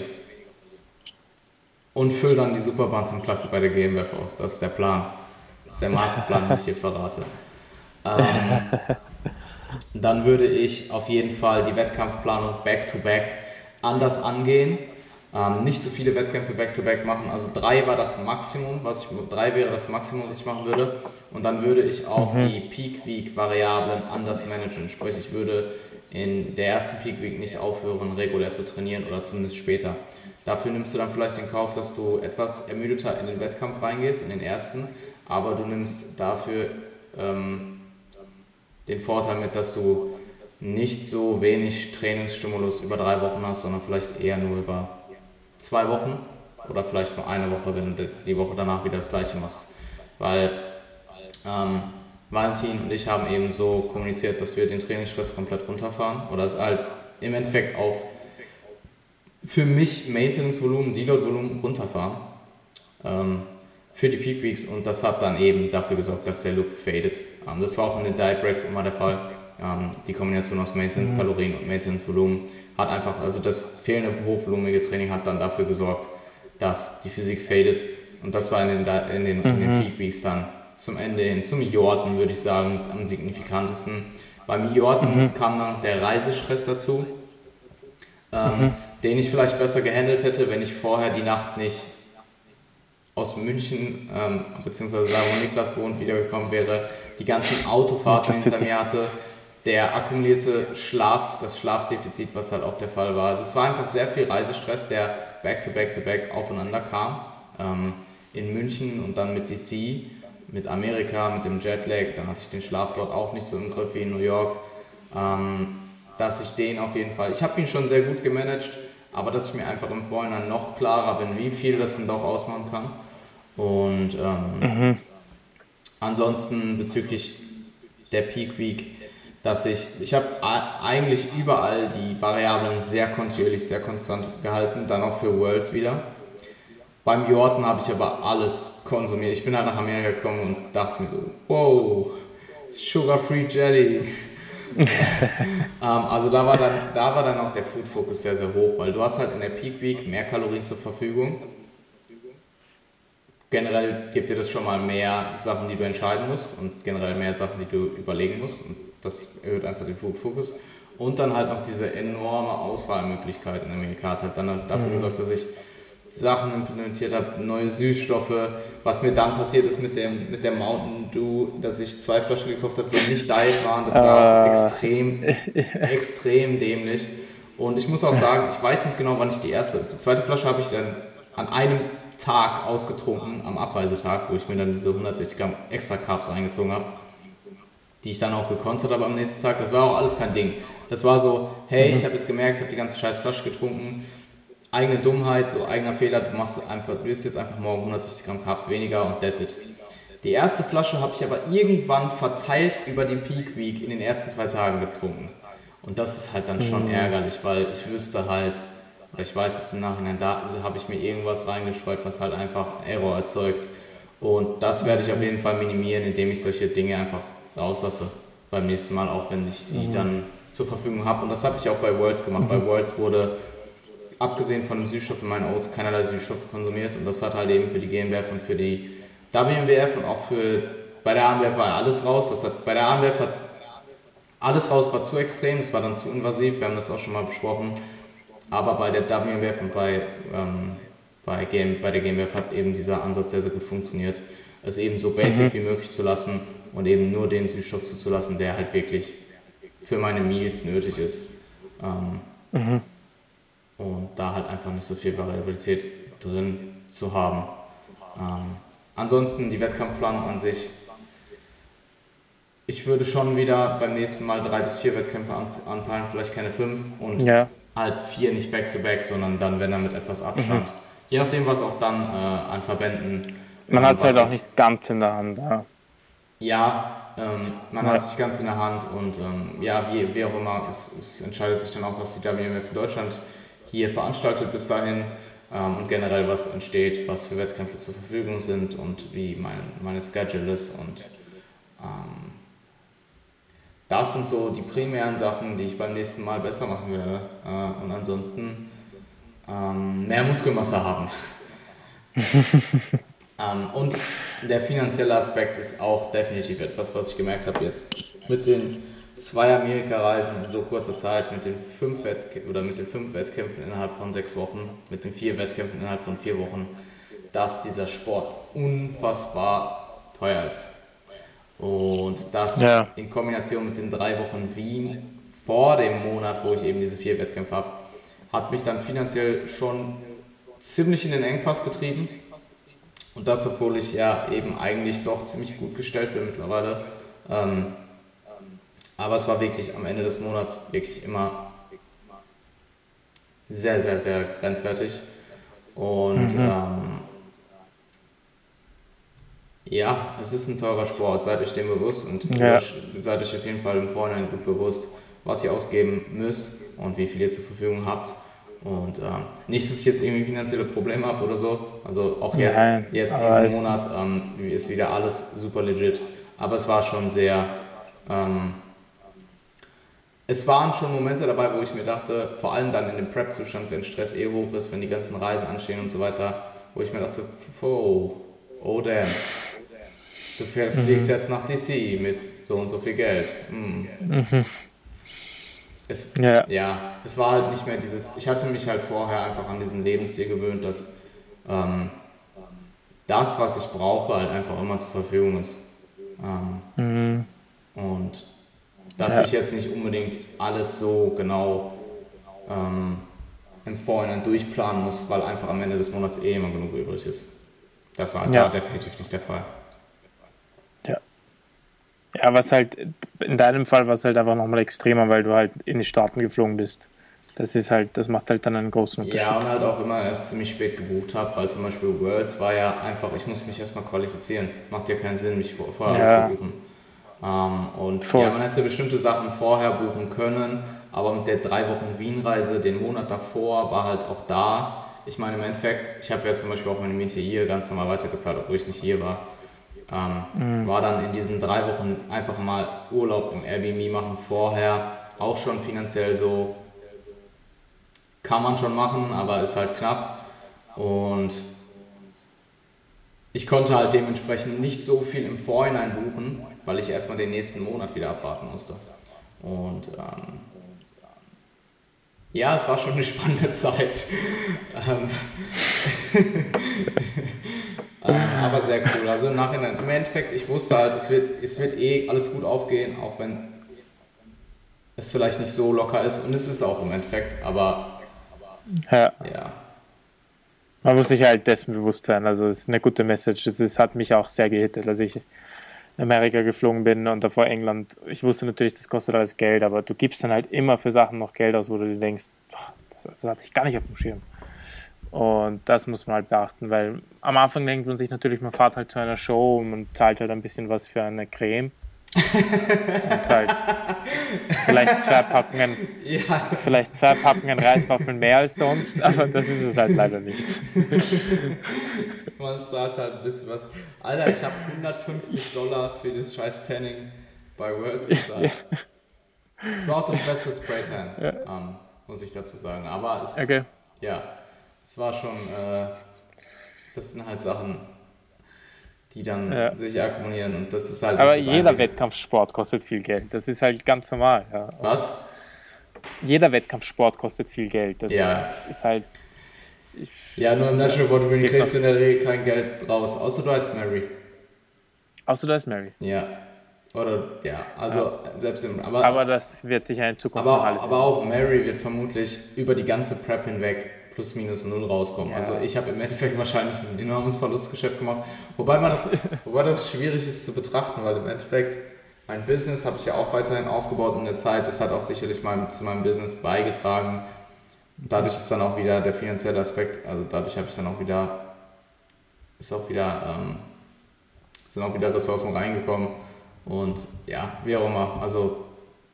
Und fülle dann die Superbantam-Klasse bei der G M W F aus. Das ist der Plan. Das ist der Masterplan, den ich hier verrate. Ähm, dann würde ich auf jeden Fall die Wettkampfplanung back-to-back anders angehen. Ähm, nicht so viele Wettkämpfe back-to-back machen. Also drei war das Maximum, was ich, drei wäre das Maximum, was ich machen würde. Und dann würde ich auch die Peak-Week-Variablen anders managen. Sprich, ich würde in der ersten Peak Week nicht aufhören, regulär zu trainieren oder zumindest später. Dafür nimmst du dann vielleicht in Kauf, dass du etwas ermüdeter in den Wettkampf reingehst, in den ersten, aber du nimmst dafür ähm, den Vorteil mit, dass du nicht so wenig Trainingsstimulus über drei Wochen hast, sondern vielleicht eher nur über zwei Wochen oder vielleicht nur eine Woche, wenn du die Woche danach wieder das gleiche machst. Weil ähm, Valentin und ich haben eben so kommuniziert, dass wir den Trainingsstress komplett runterfahren oder es halt im Endeffekt auf für mich Maintenance-Volumen, Deload-Volumen runterfahren ähm, für die Peak Weeks und das hat dann eben dafür gesorgt, dass der Look fadet. Ähm, das war auch in den Diet Breaks immer der Fall. Ähm, die Kombination aus Maintenance-Kalorien und Maintenance-Volumen hat einfach, also das fehlende hochvolumige Training hat dann dafür gesorgt, dass die Physik fadet und das war in den, in den, in den Peak Weeks dann zum Ende hin, zum Jordan würde ich sagen, am signifikantesten. Beim Jordan mhm. kam dann noch der Reisestress dazu, ähm, mhm. den ich vielleicht besser gehandelt hätte, wenn ich vorher die Nacht nicht aus München, ähm, beziehungsweise da, wo Niklas wohnt, wiedergekommen wäre, die ganzen Autofahrten hinter mir hatte, der akkumulierte Schlaf, das Schlafdefizit, was halt auch der Fall war. Also es war einfach sehr viel Reisestress, der back-to-back-to-back aufeinander kam, ähm, in München und dann mit D C, mit Amerika, mit dem Jetlag, dann hatte ich den Schlaf dort auch nicht so im Griff wie in New York, ähm, dass ich den auf jeden Fall, ich habe ihn schon sehr gut gemanagt, aber dass ich mir einfach im Vorhinein noch klarer bin, wie viel das denn doch ausmachen kann. Und ähm, mhm. ansonsten bezüglich der Peak Week, dass ich, ich habe eigentlich überall die Variablen sehr kontinuierlich, sehr konstant gehalten, dann auch für Worlds wieder. Beim Jordan habe ich aber alles konsumiert. Ich bin halt nach Amerika gekommen und dachte mir so, wow, Sugar-Free Jelly. ähm, also da war, dann, da war dann auch der Food-Fokus sehr, sehr hoch, weil du hast halt in der Peak Week mehr Kalorien zur Verfügung. Generell gibt dir das schon mal mehr Sachen, die du entscheiden musst und generell mehr Sachen, die du überlegen musst und das erhöht einfach den Food-Fokus. Und dann halt noch diese enorme Auswahlmöglichkeit in Amerika hat halt dann dafür mhm. gesorgt, dass ich Sachen implementiert habe, neue Süßstoffe. Was mir dann passiert ist mit, dem, mit der Mountain Dew, dass ich zwei Flaschen gekauft habe, die nicht Diet waren. Das war auch extrem, extrem dämlich. Und ich muss auch sagen, ich weiß nicht genau, wann ich die erste, die zweite Flasche habe ich dann an einem Tag ausgetrunken, am Abreisetag, wo ich mir dann diese hundertsechzig Gramm extra Carbs reingezogen habe, die ich dann auch gekontert habe am nächsten Tag. Das war auch alles kein Ding. Das war so, hey, ich habe jetzt gemerkt, ich habe die ganze scheiß Flasche getrunken, eigene Dummheit, so eigener Fehler, du machst einfach, du isst jetzt einfach morgen hundertsechzig Gramm Carbs weniger und that's it. Die erste Flasche habe ich aber irgendwann verteilt über die Peak Week in den ersten zwei Tagen getrunken. Und das ist halt dann schon ärgerlich, weil ich wüsste halt, oder ich weiß jetzt im Nachhinein, da habe ich mir irgendwas reingestreut, was halt einfach Error erzeugt. Und das werde ich auf jeden Fall minimieren, indem ich solche Dinge einfach rauslasse. Beim nächsten Mal, auch wenn ich sie mhm. dann zur Verfügung habe. Und das habe ich auch bei Worlds gemacht. Mhm. Bei Worlds wurde abgesehen von dem Süßstoff in meinen Oats keinerlei Süßstoff konsumiert und das hat halt eben für die G N B F und für die W M B F und auch für, bei der A N B F war alles raus, das hat, bei der A N B F hat alles raus, war zu extrem, das war dann zu invasiv, wir haben das auch schon mal besprochen, aber bei der W M B F und bei, ähm, bei, G M, bei der G M B F hat eben dieser Ansatz sehr, sehr gut funktioniert, es eben so basic mhm. wie möglich zu lassen und eben nur den Süßstoff zuzulassen, der halt wirklich für meine Meals nötig ist. Ähm, mhm. Und da halt einfach nicht so viel Variabilität drin zu haben. Ähm, ansonsten die Wettkampfplanung an sich. ich würde schon wieder beim nächsten Mal drei bis vier Wettkämpfe an, anpeilen, vielleicht keine fünf und Ja. halt vier nicht back-to-back, sondern dann, wenn dann mit etwas Abstand. Mhm. Je nachdem, was auch dann äh, an Verbänden... Man hat es halt auch nicht ganz in der Hand. Ja, ja ähm, man ja. hat es nicht ganz in der Hand und ähm, ja, wie, wie auch immer, es, es entscheidet sich dann auch, was die W M F in Deutschland hier veranstaltet bis dahin ähm, und generell, was entsteht, was für Wettkämpfe zur Verfügung sind und wie mein, meine Schedule ist und ähm, das sind so die primären Sachen, die ich beim nächsten Mal besser machen werde äh, und ansonsten ähm, mehr Muskelmasse haben. ähm, und der finanzielle Aspekt ist auch definitiv etwas, was ich gemerkt habe jetzt mit den zwei Amerika-Reisen in so kurzer Zeit, mit den fünf Wettkä- oder mit den fünf Wettkämpfen innerhalb von sechs Wochen, mit den vier Wettkämpfen innerhalb von vier Wochen, dass dieser Sport unfassbar teuer ist. Und das ja. in Kombination mit den drei Wochen Wien vor dem Monat, wo ich eben diese vier Wettkämpfe habe, hat mich dann finanziell schon ziemlich in den Engpass getrieben. Und das, obwohl ich ja eben eigentlich doch ziemlich gut gestellt bin mittlerweile. Ähm, aber es war wirklich am Ende des Monats wirklich immer sehr, sehr, sehr grenzwertig. Und mhm. ähm, ja, es ist ein teurer Sport, seid euch dem bewusst und ja. seid euch auf jeden Fall im Vorhinein gut bewusst, was ihr ausgeben müsst und wie viel ihr zur Verfügung habt. Und ähm, nicht, dass ich jetzt irgendwie finanzielle Probleme habe oder so, also auch jetzt, Nein, jetzt diesen Monat ähm, ist wieder alles super legit, aber es war schon sehr, ähm, es waren schon Momente dabei, wo ich mir dachte, vor allem dann in dem Prep-Zustand, wenn Stress eh hoch ist, wenn die ganzen Reisen anstehen und so weiter, wo ich mir dachte, oh, oh damn, du fliegst mhm. jetzt nach D C mit so und so viel Geld. Mhm. Mhm. Es, ja. ja, es war halt nicht mehr dieses, ich hatte mich halt vorher einfach an diesen Lebensstil gewöhnt, dass ähm, das, was ich brauche, halt einfach immer zur Verfügung ist. Ähm, mhm. Und dass ja. ich jetzt nicht unbedingt alles so genau ähm, im Vorhinein durchplanen muss, weil einfach am Ende des Monats eh immer genug übrig ist. Das war ja. da definitiv nicht der Fall. Ja. Ja, was halt, in deinem Fall war es halt einfach nochmal extremer, weil du halt in die Staaten geflogen bist. Das ist halt, das macht halt dann einen großen Unterschied. Ja, und halt auch immer erst ziemlich spät gebucht habe, weil zum Beispiel Worlds war ja einfach, ich muss mich erstmal qualifizieren. Macht ja keinen Sinn, mich vorher ja. auszubuchen. Ähm, und Voll. ja, man hätte bestimmte Sachen vorher buchen können, aber mit der drei Wochen Wien-Reise, den Monat davor, war halt auch da. Ich meine, im Endeffekt, ich habe ja zum Beispiel auch meine Miete hier ganz normal weitergezahlt, obwohl ich nicht hier war. Ähm, mhm. War dann in diesen drei Wochen einfach mal Urlaub im Airbnb machen vorher, auch schon finanziell so, kann man schon machen, aber ist halt knapp. Und ich konnte halt dementsprechend nicht so viel im Vorhinein buchen, weil ich erstmal den nächsten Monat wieder abwarten musste. Und ähm, ja, es war schon eine spannende Zeit. ähm, ähm, aber sehr cool. Also im Nachhinein, im Endeffekt, ich wusste halt, es wird, es wird eh alles gut aufgehen, auch wenn es vielleicht nicht so locker ist. Und es ist auch im Endeffekt, aber ja. ja. Man muss sich halt dessen bewusst sein. Also es ist eine gute Message. Es ist, hat mich auch sehr gehittet, als ich in Amerika geflogen bin und davor England. Ich wusste natürlich, das kostet alles Geld, aber du gibst dann halt immer für Sachen noch Geld aus, wo du dir denkst, das, das hatte ich gar nicht auf dem Schirm. Und das muss man halt beachten, weil am Anfang denkt man sich natürlich, man fährt halt zu einer Show und man zahlt halt ein bisschen was für eine Creme. Und halt vielleicht zwei Packungen ja. vielleicht zwei Packungen Reiswaffeln mehr als sonst, aber das ist es halt leider nicht. Man zahlt halt ein bisschen was. Alter, ich habe hundertfünfzig Dollar für das scheiß Tanning bei Worlds bezahlt. Es war auch das beste Spraytan, ja. um, muss ich dazu sagen. Aber es, okay. ja, es war schon, äh, das sind halt Sachen, die dann ja. sich akkumulieren und das ist halt aber das jeder Einzige. Wettkampfsport kostet viel Geld, das ist halt ganz normal. Ja. Was? Jeder Wettkampfsport kostet viel Geld, das ja. ist halt ich, ja, nur im National Bodybuilding kriegst du in der Regel kein Geld raus, außer du heißt Mary. Außer du heißt Mary? Ja, oder, ja, also ja. selbst im, aber, aber das wird sicher in Zukunft aber, noch alles aber auch Mary wird vermutlich über die ganze Prep hinweg plus minus null rauskommen. Ja. Also ich habe im Endeffekt wahrscheinlich ein enormes Verlustgeschäft gemacht, wobei man das, wobei das schwierig ist zu betrachten, weil im Endeffekt Mein Business habe ich ja auch weiterhin aufgebaut in der Zeit. Das hat auch sicherlich mein, zu meinem Business beigetragen. Dadurch ist dann auch wieder der finanzielle Aspekt, also dadurch habe ich dann auch wieder, ist auch wieder, ähm, sind auch wieder Ressourcen reingekommen. Und ja, wie auch immer. Also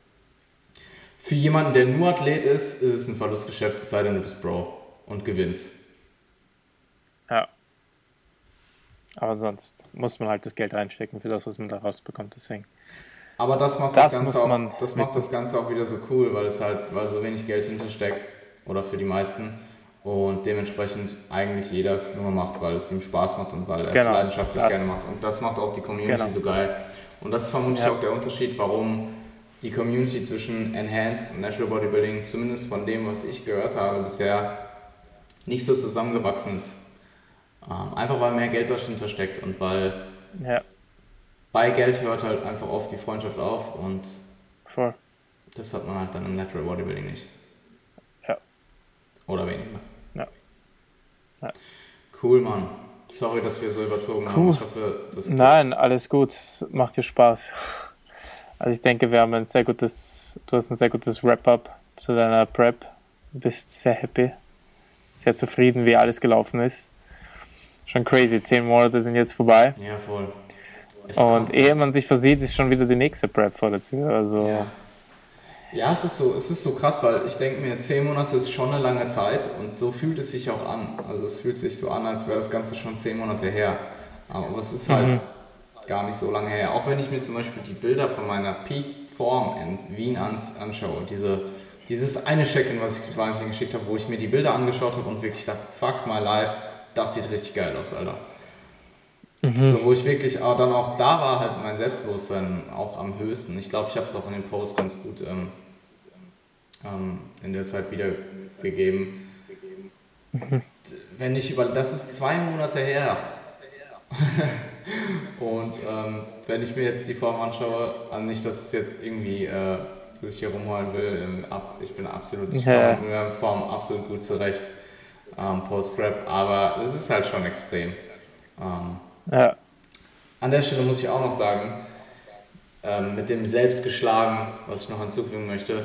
für jemanden, der nur Athlet ist, ist es ein Verlustgeschäft, es sei denn, du bist Bro und gewinnst. Ja. Aber sonst muss man halt das Geld reinstecken für das, was man da rausbekommt. Deswegen. Aber das macht Das das Ganze muss auch, man das macht das Ganze auch wieder so cool, weil es halt, weil so wenig Geld hintersteckt oder für die meisten und dementsprechend eigentlich jeder es nur macht, weil es ihm Spaß macht und weil er es Genau. leidenschaftlich Das- gerne macht. Und das macht auch die Community Genau. so geil. Und das ist vermutlich Ja. auch der Unterschied, warum die Community zwischen Enhanced und Natural Bodybuilding, zumindest von dem, was ich gehört habe, bisher nicht so zusammengewachsen ist. Ähm, einfach weil mehr Geld dahinter steckt und weil Ja, bei Geld hört halt einfach oft die Freundschaft auf und voll. das hat man halt dann im Natural Bodybuilding nicht. Ja. Oder weniger. Ja. Ja. Cool, Mann. Sorry, dass wir so überzogen haben. Cool. Ich hoffe, das geht. Nein, alles gut. Es macht dir Spaß. Also ich denke, wir haben ein sehr gutes, du hast ein sehr gutes Wrap-up zu deiner Prep. Du bist sehr happy, sehr zufrieden, wie alles gelaufen ist. Schon crazy. Zehn Monate sind jetzt vorbei. Ja, voll. Es Und kommt- ehe man sich versieht, ist schon wieder die nächste Prep vor der Tür. Also Ja. Ja, es ist so, es ist so krass, weil ich denke mir, zehn Monate ist schon eine lange Zeit und so fühlt es sich auch an. Also es fühlt sich so an, als wäre das Ganze schon zehn Monate her. Aber es ist halt Mhm. gar nicht so lange her. Auch wenn ich mir zum Beispiel die Bilder von meiner Peak-Form in Wien ans, anschaue, diese, dieses eine Check-in, was ich Valentin geschickt habe, wo ich mir die Bilder angeschaut habe und wirklich dachte, fuck my life, das sieht richtig geil aus, Alter. So, wo ich wirklich auch dann auch, da war halt mein Selbstbewusstsein auch am höchsten. Ich glaube, ich habe es auch in den Post ganz gut ähm, ähm, in der Zeit wiedergegeben. Wenn ich über, das ist zwei Monate her. Und ähm, wenn ich mir jetzt die Form anschaue, also nicht, dass es jetzt irgendwie, äh, dass ich hier rumholen will, ähm, ab, ich bin absolut, ich Ja. komme mit der Form absolut gut zurecht, ähm, Post-Prep, aber es ist halt schon extrem. Ähm, ja, An der Stelle muss ich auch noch sagen, ähm, mit dem Selbstgeschlagen, was ich noch hinzufügen möchte,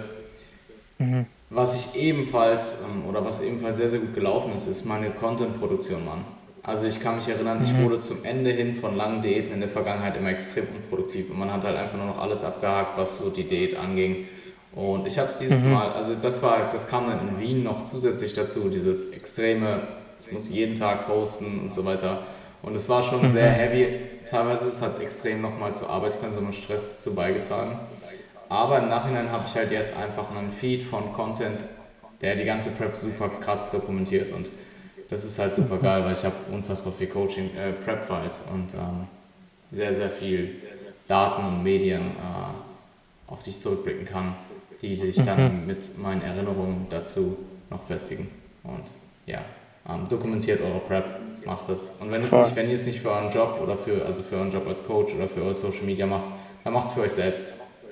was ich ebenfalls, ähm, oder was ebenfalls sehr, sehr gut gelaufen ist, ist meine Content-Produktion, Mann. Also ich kann mich erinnern, ich wurde zum Ende hin von langen Diäten in der Vergangenheit immer extrem unproduktiv und man hat halt einfach nur noch alles abgehakt, was so die Diät anging. Und ich habe es dieses Mal, also das war, das kam dann in Wien noch zusätzlich dazu, dieses extreme, ich muss jeden Tag posten und so weiter. Und es war schon sehr heavy, teilweise, es hat extrem nochmal zu Arbeitspensum und Stress dazu beigetragen. Aber im Nachhinein habe ich halt jetzt einfach einen Feed von Content, der die ganze Prep super krass dokumentiert und das ist halt super geil, weil ich habe unfassbar viel Coaching, äh, Prep-Files und ähm, sehr, sehr viel Daten und Medien, äh, auf die ich zurückblicken kann, die sich dann mit meinen Erinnerungen dazu noch festigen. Und ja, ähm, dokumentiert eure Prep, macht das. Und wenn, es Voll. nicht, wenn ihr es nicht für euren Job oder für, also für euren Job als Coach oder für eure Social Media macht, dann macht es für euch selbst.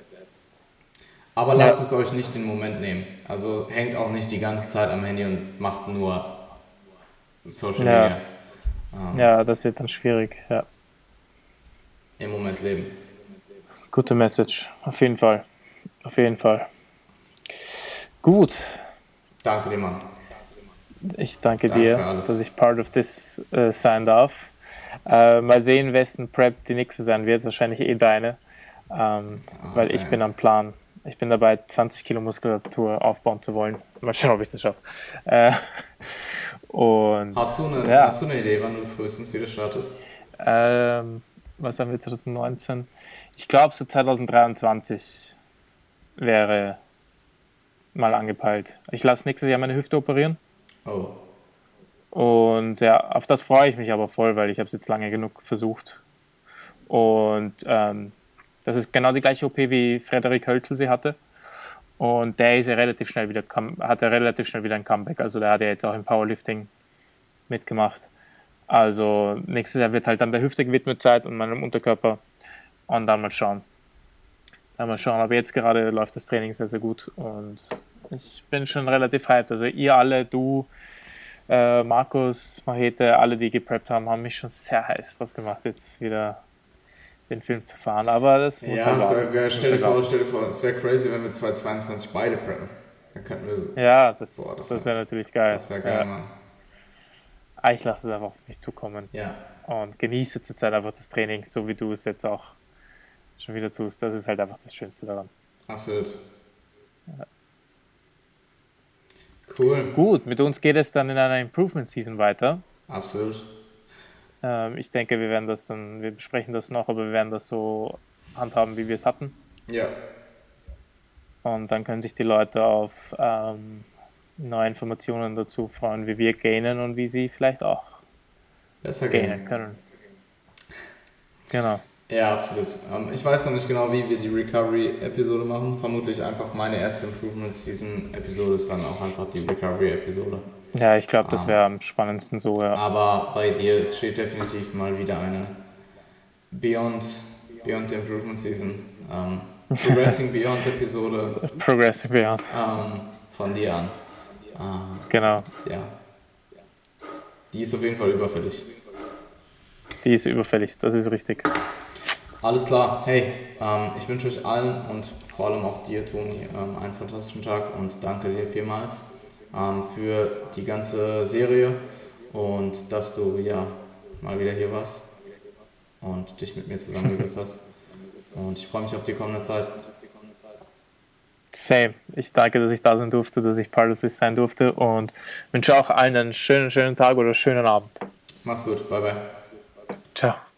Aber lasst Ja. es euch nicht den Moment nehmen. Also hängt auch nicht die ganze Zeit am Handy und macht nur Social Ja. Media. Ähm, ja, das wird dann schwierig. Ja. Im Moment leben. Gute Message, auf jeden Fall. Auf jeden Fall. Gut, Danke dir, Mann. ich danke, Danke dir, für alles. dass ich part of this äh, sein darf. Äh, mal sehen, wessen Prep die nächste sein wird. Wahrscheinlich eh deine. Ähm, weil ich okay. bin am Plan. Ich bin dabei, zwanzig Kilo Muskulatur aufbauen zu wollen. Mal schauen, ob ich das schaffe. Äh, und Hast du, eine, Ja. hast du eine Idee, wann du frühestens wieder startest? ähm, was haben wir zwanzig neunzehn? Ich glaube, so zwanzig dreiundzwanzig wäre mal angepeilt. Ich lasse nächstes Jahr meine Hüfte operieren. Oh, Und ja, auf das freue ich mich aber voll, weil ich habe es jetzt lange genug versucht. Und ähm, das ist genau die gleiche O P, wie Frederik Hölzel sie hatte. Und der ist ja relativ schnell wieder, hat ja relativ schnell wieder ein Comeback. Also der hat ja jetzt auch im Powerlifting mitgemacht. Also nächstes Jahr wird halt dann der Hüfte gewidmet Zeit und meinem Unterkörper. Und dann mal schauen. Dann mal schauen. Aber jetzt gerade läuft das Training sehr, sehr gut. Und ich bin schon relativ hyped. Also ihr alle, du, äh, Markus, Mahete, alle, die gepreppt haben, haben mich schon sehr heiß drauf gemacht, jetzt wieder den Film zu fahren, aber das muss Ja, halt es warten. wär, Das stell dir muss halt vor, stell dir vor, es wäre crazy, wenn wir zwanzig zweiundzwanzig beide preppen. Dann könnten wir so. warten. Ja, das, Boah, das das wär- wäre natürlich geil. Das wäre geil, Ja. Mann. Ah, ich lasse es einfach auf mich zukommen Ja, und genieße zurzeit einfach das Training, so wie du es jetzt auch schon wieder tust. Das ist halt einfach das Schönste daran. absolut. Cool. Gut, mit uns geht es dann in einer Improvement Season weiter. Absolut. Ähm, ich denke, wir werden das dann, wir besprechen das noch, aber wir werden das so handhaben, wie wir es hatten. Ja, Und dann können sich die Leute auf ähm, neue Informationen dazu freuen, wie wir gainen und wie sie vielleicht auch besser gainen gehen. können. Genau. Ja, absolut. Ähm, ich weiß noch nicht genau, wie wir die Recovery-Episode machen. Vermutlich einfach meine erste Improvement-Season-Episode ist dann auch einfach die Recovery-Episode. Ja, ich glaube, Ah. das wäre am spannendsten so, ja. Aber bei dir es steht definitiv mal wieder eine Beyond, Beyond the Improvement Season, ähm, Progressing Beyond Episode Progressive Beyond. ähm, von dir an. Ähm, Genau. ja. Die ist auf jeden Fall überfällig. Die ist überfällig, das ist richtig. Alles klar. Hey, ähm, ich wünsche euch allen und vor allem auch dir, Toni, ähm, einen fantastischen Tag und danke dir vielmals ähm, für die ganze Serie und dass du ja mal wieder hier warst und dich mit mir zusammengesetzt hast. Und ich freue mich auf die kommende Zeit. Same. Ich danke, dass ich da sein durfte, dass ich Part of this sein durfte und wünsche auch allen einen schönen, schönen Tag oder schönen Abend. Mach's gut. Bye, bye. Ciao.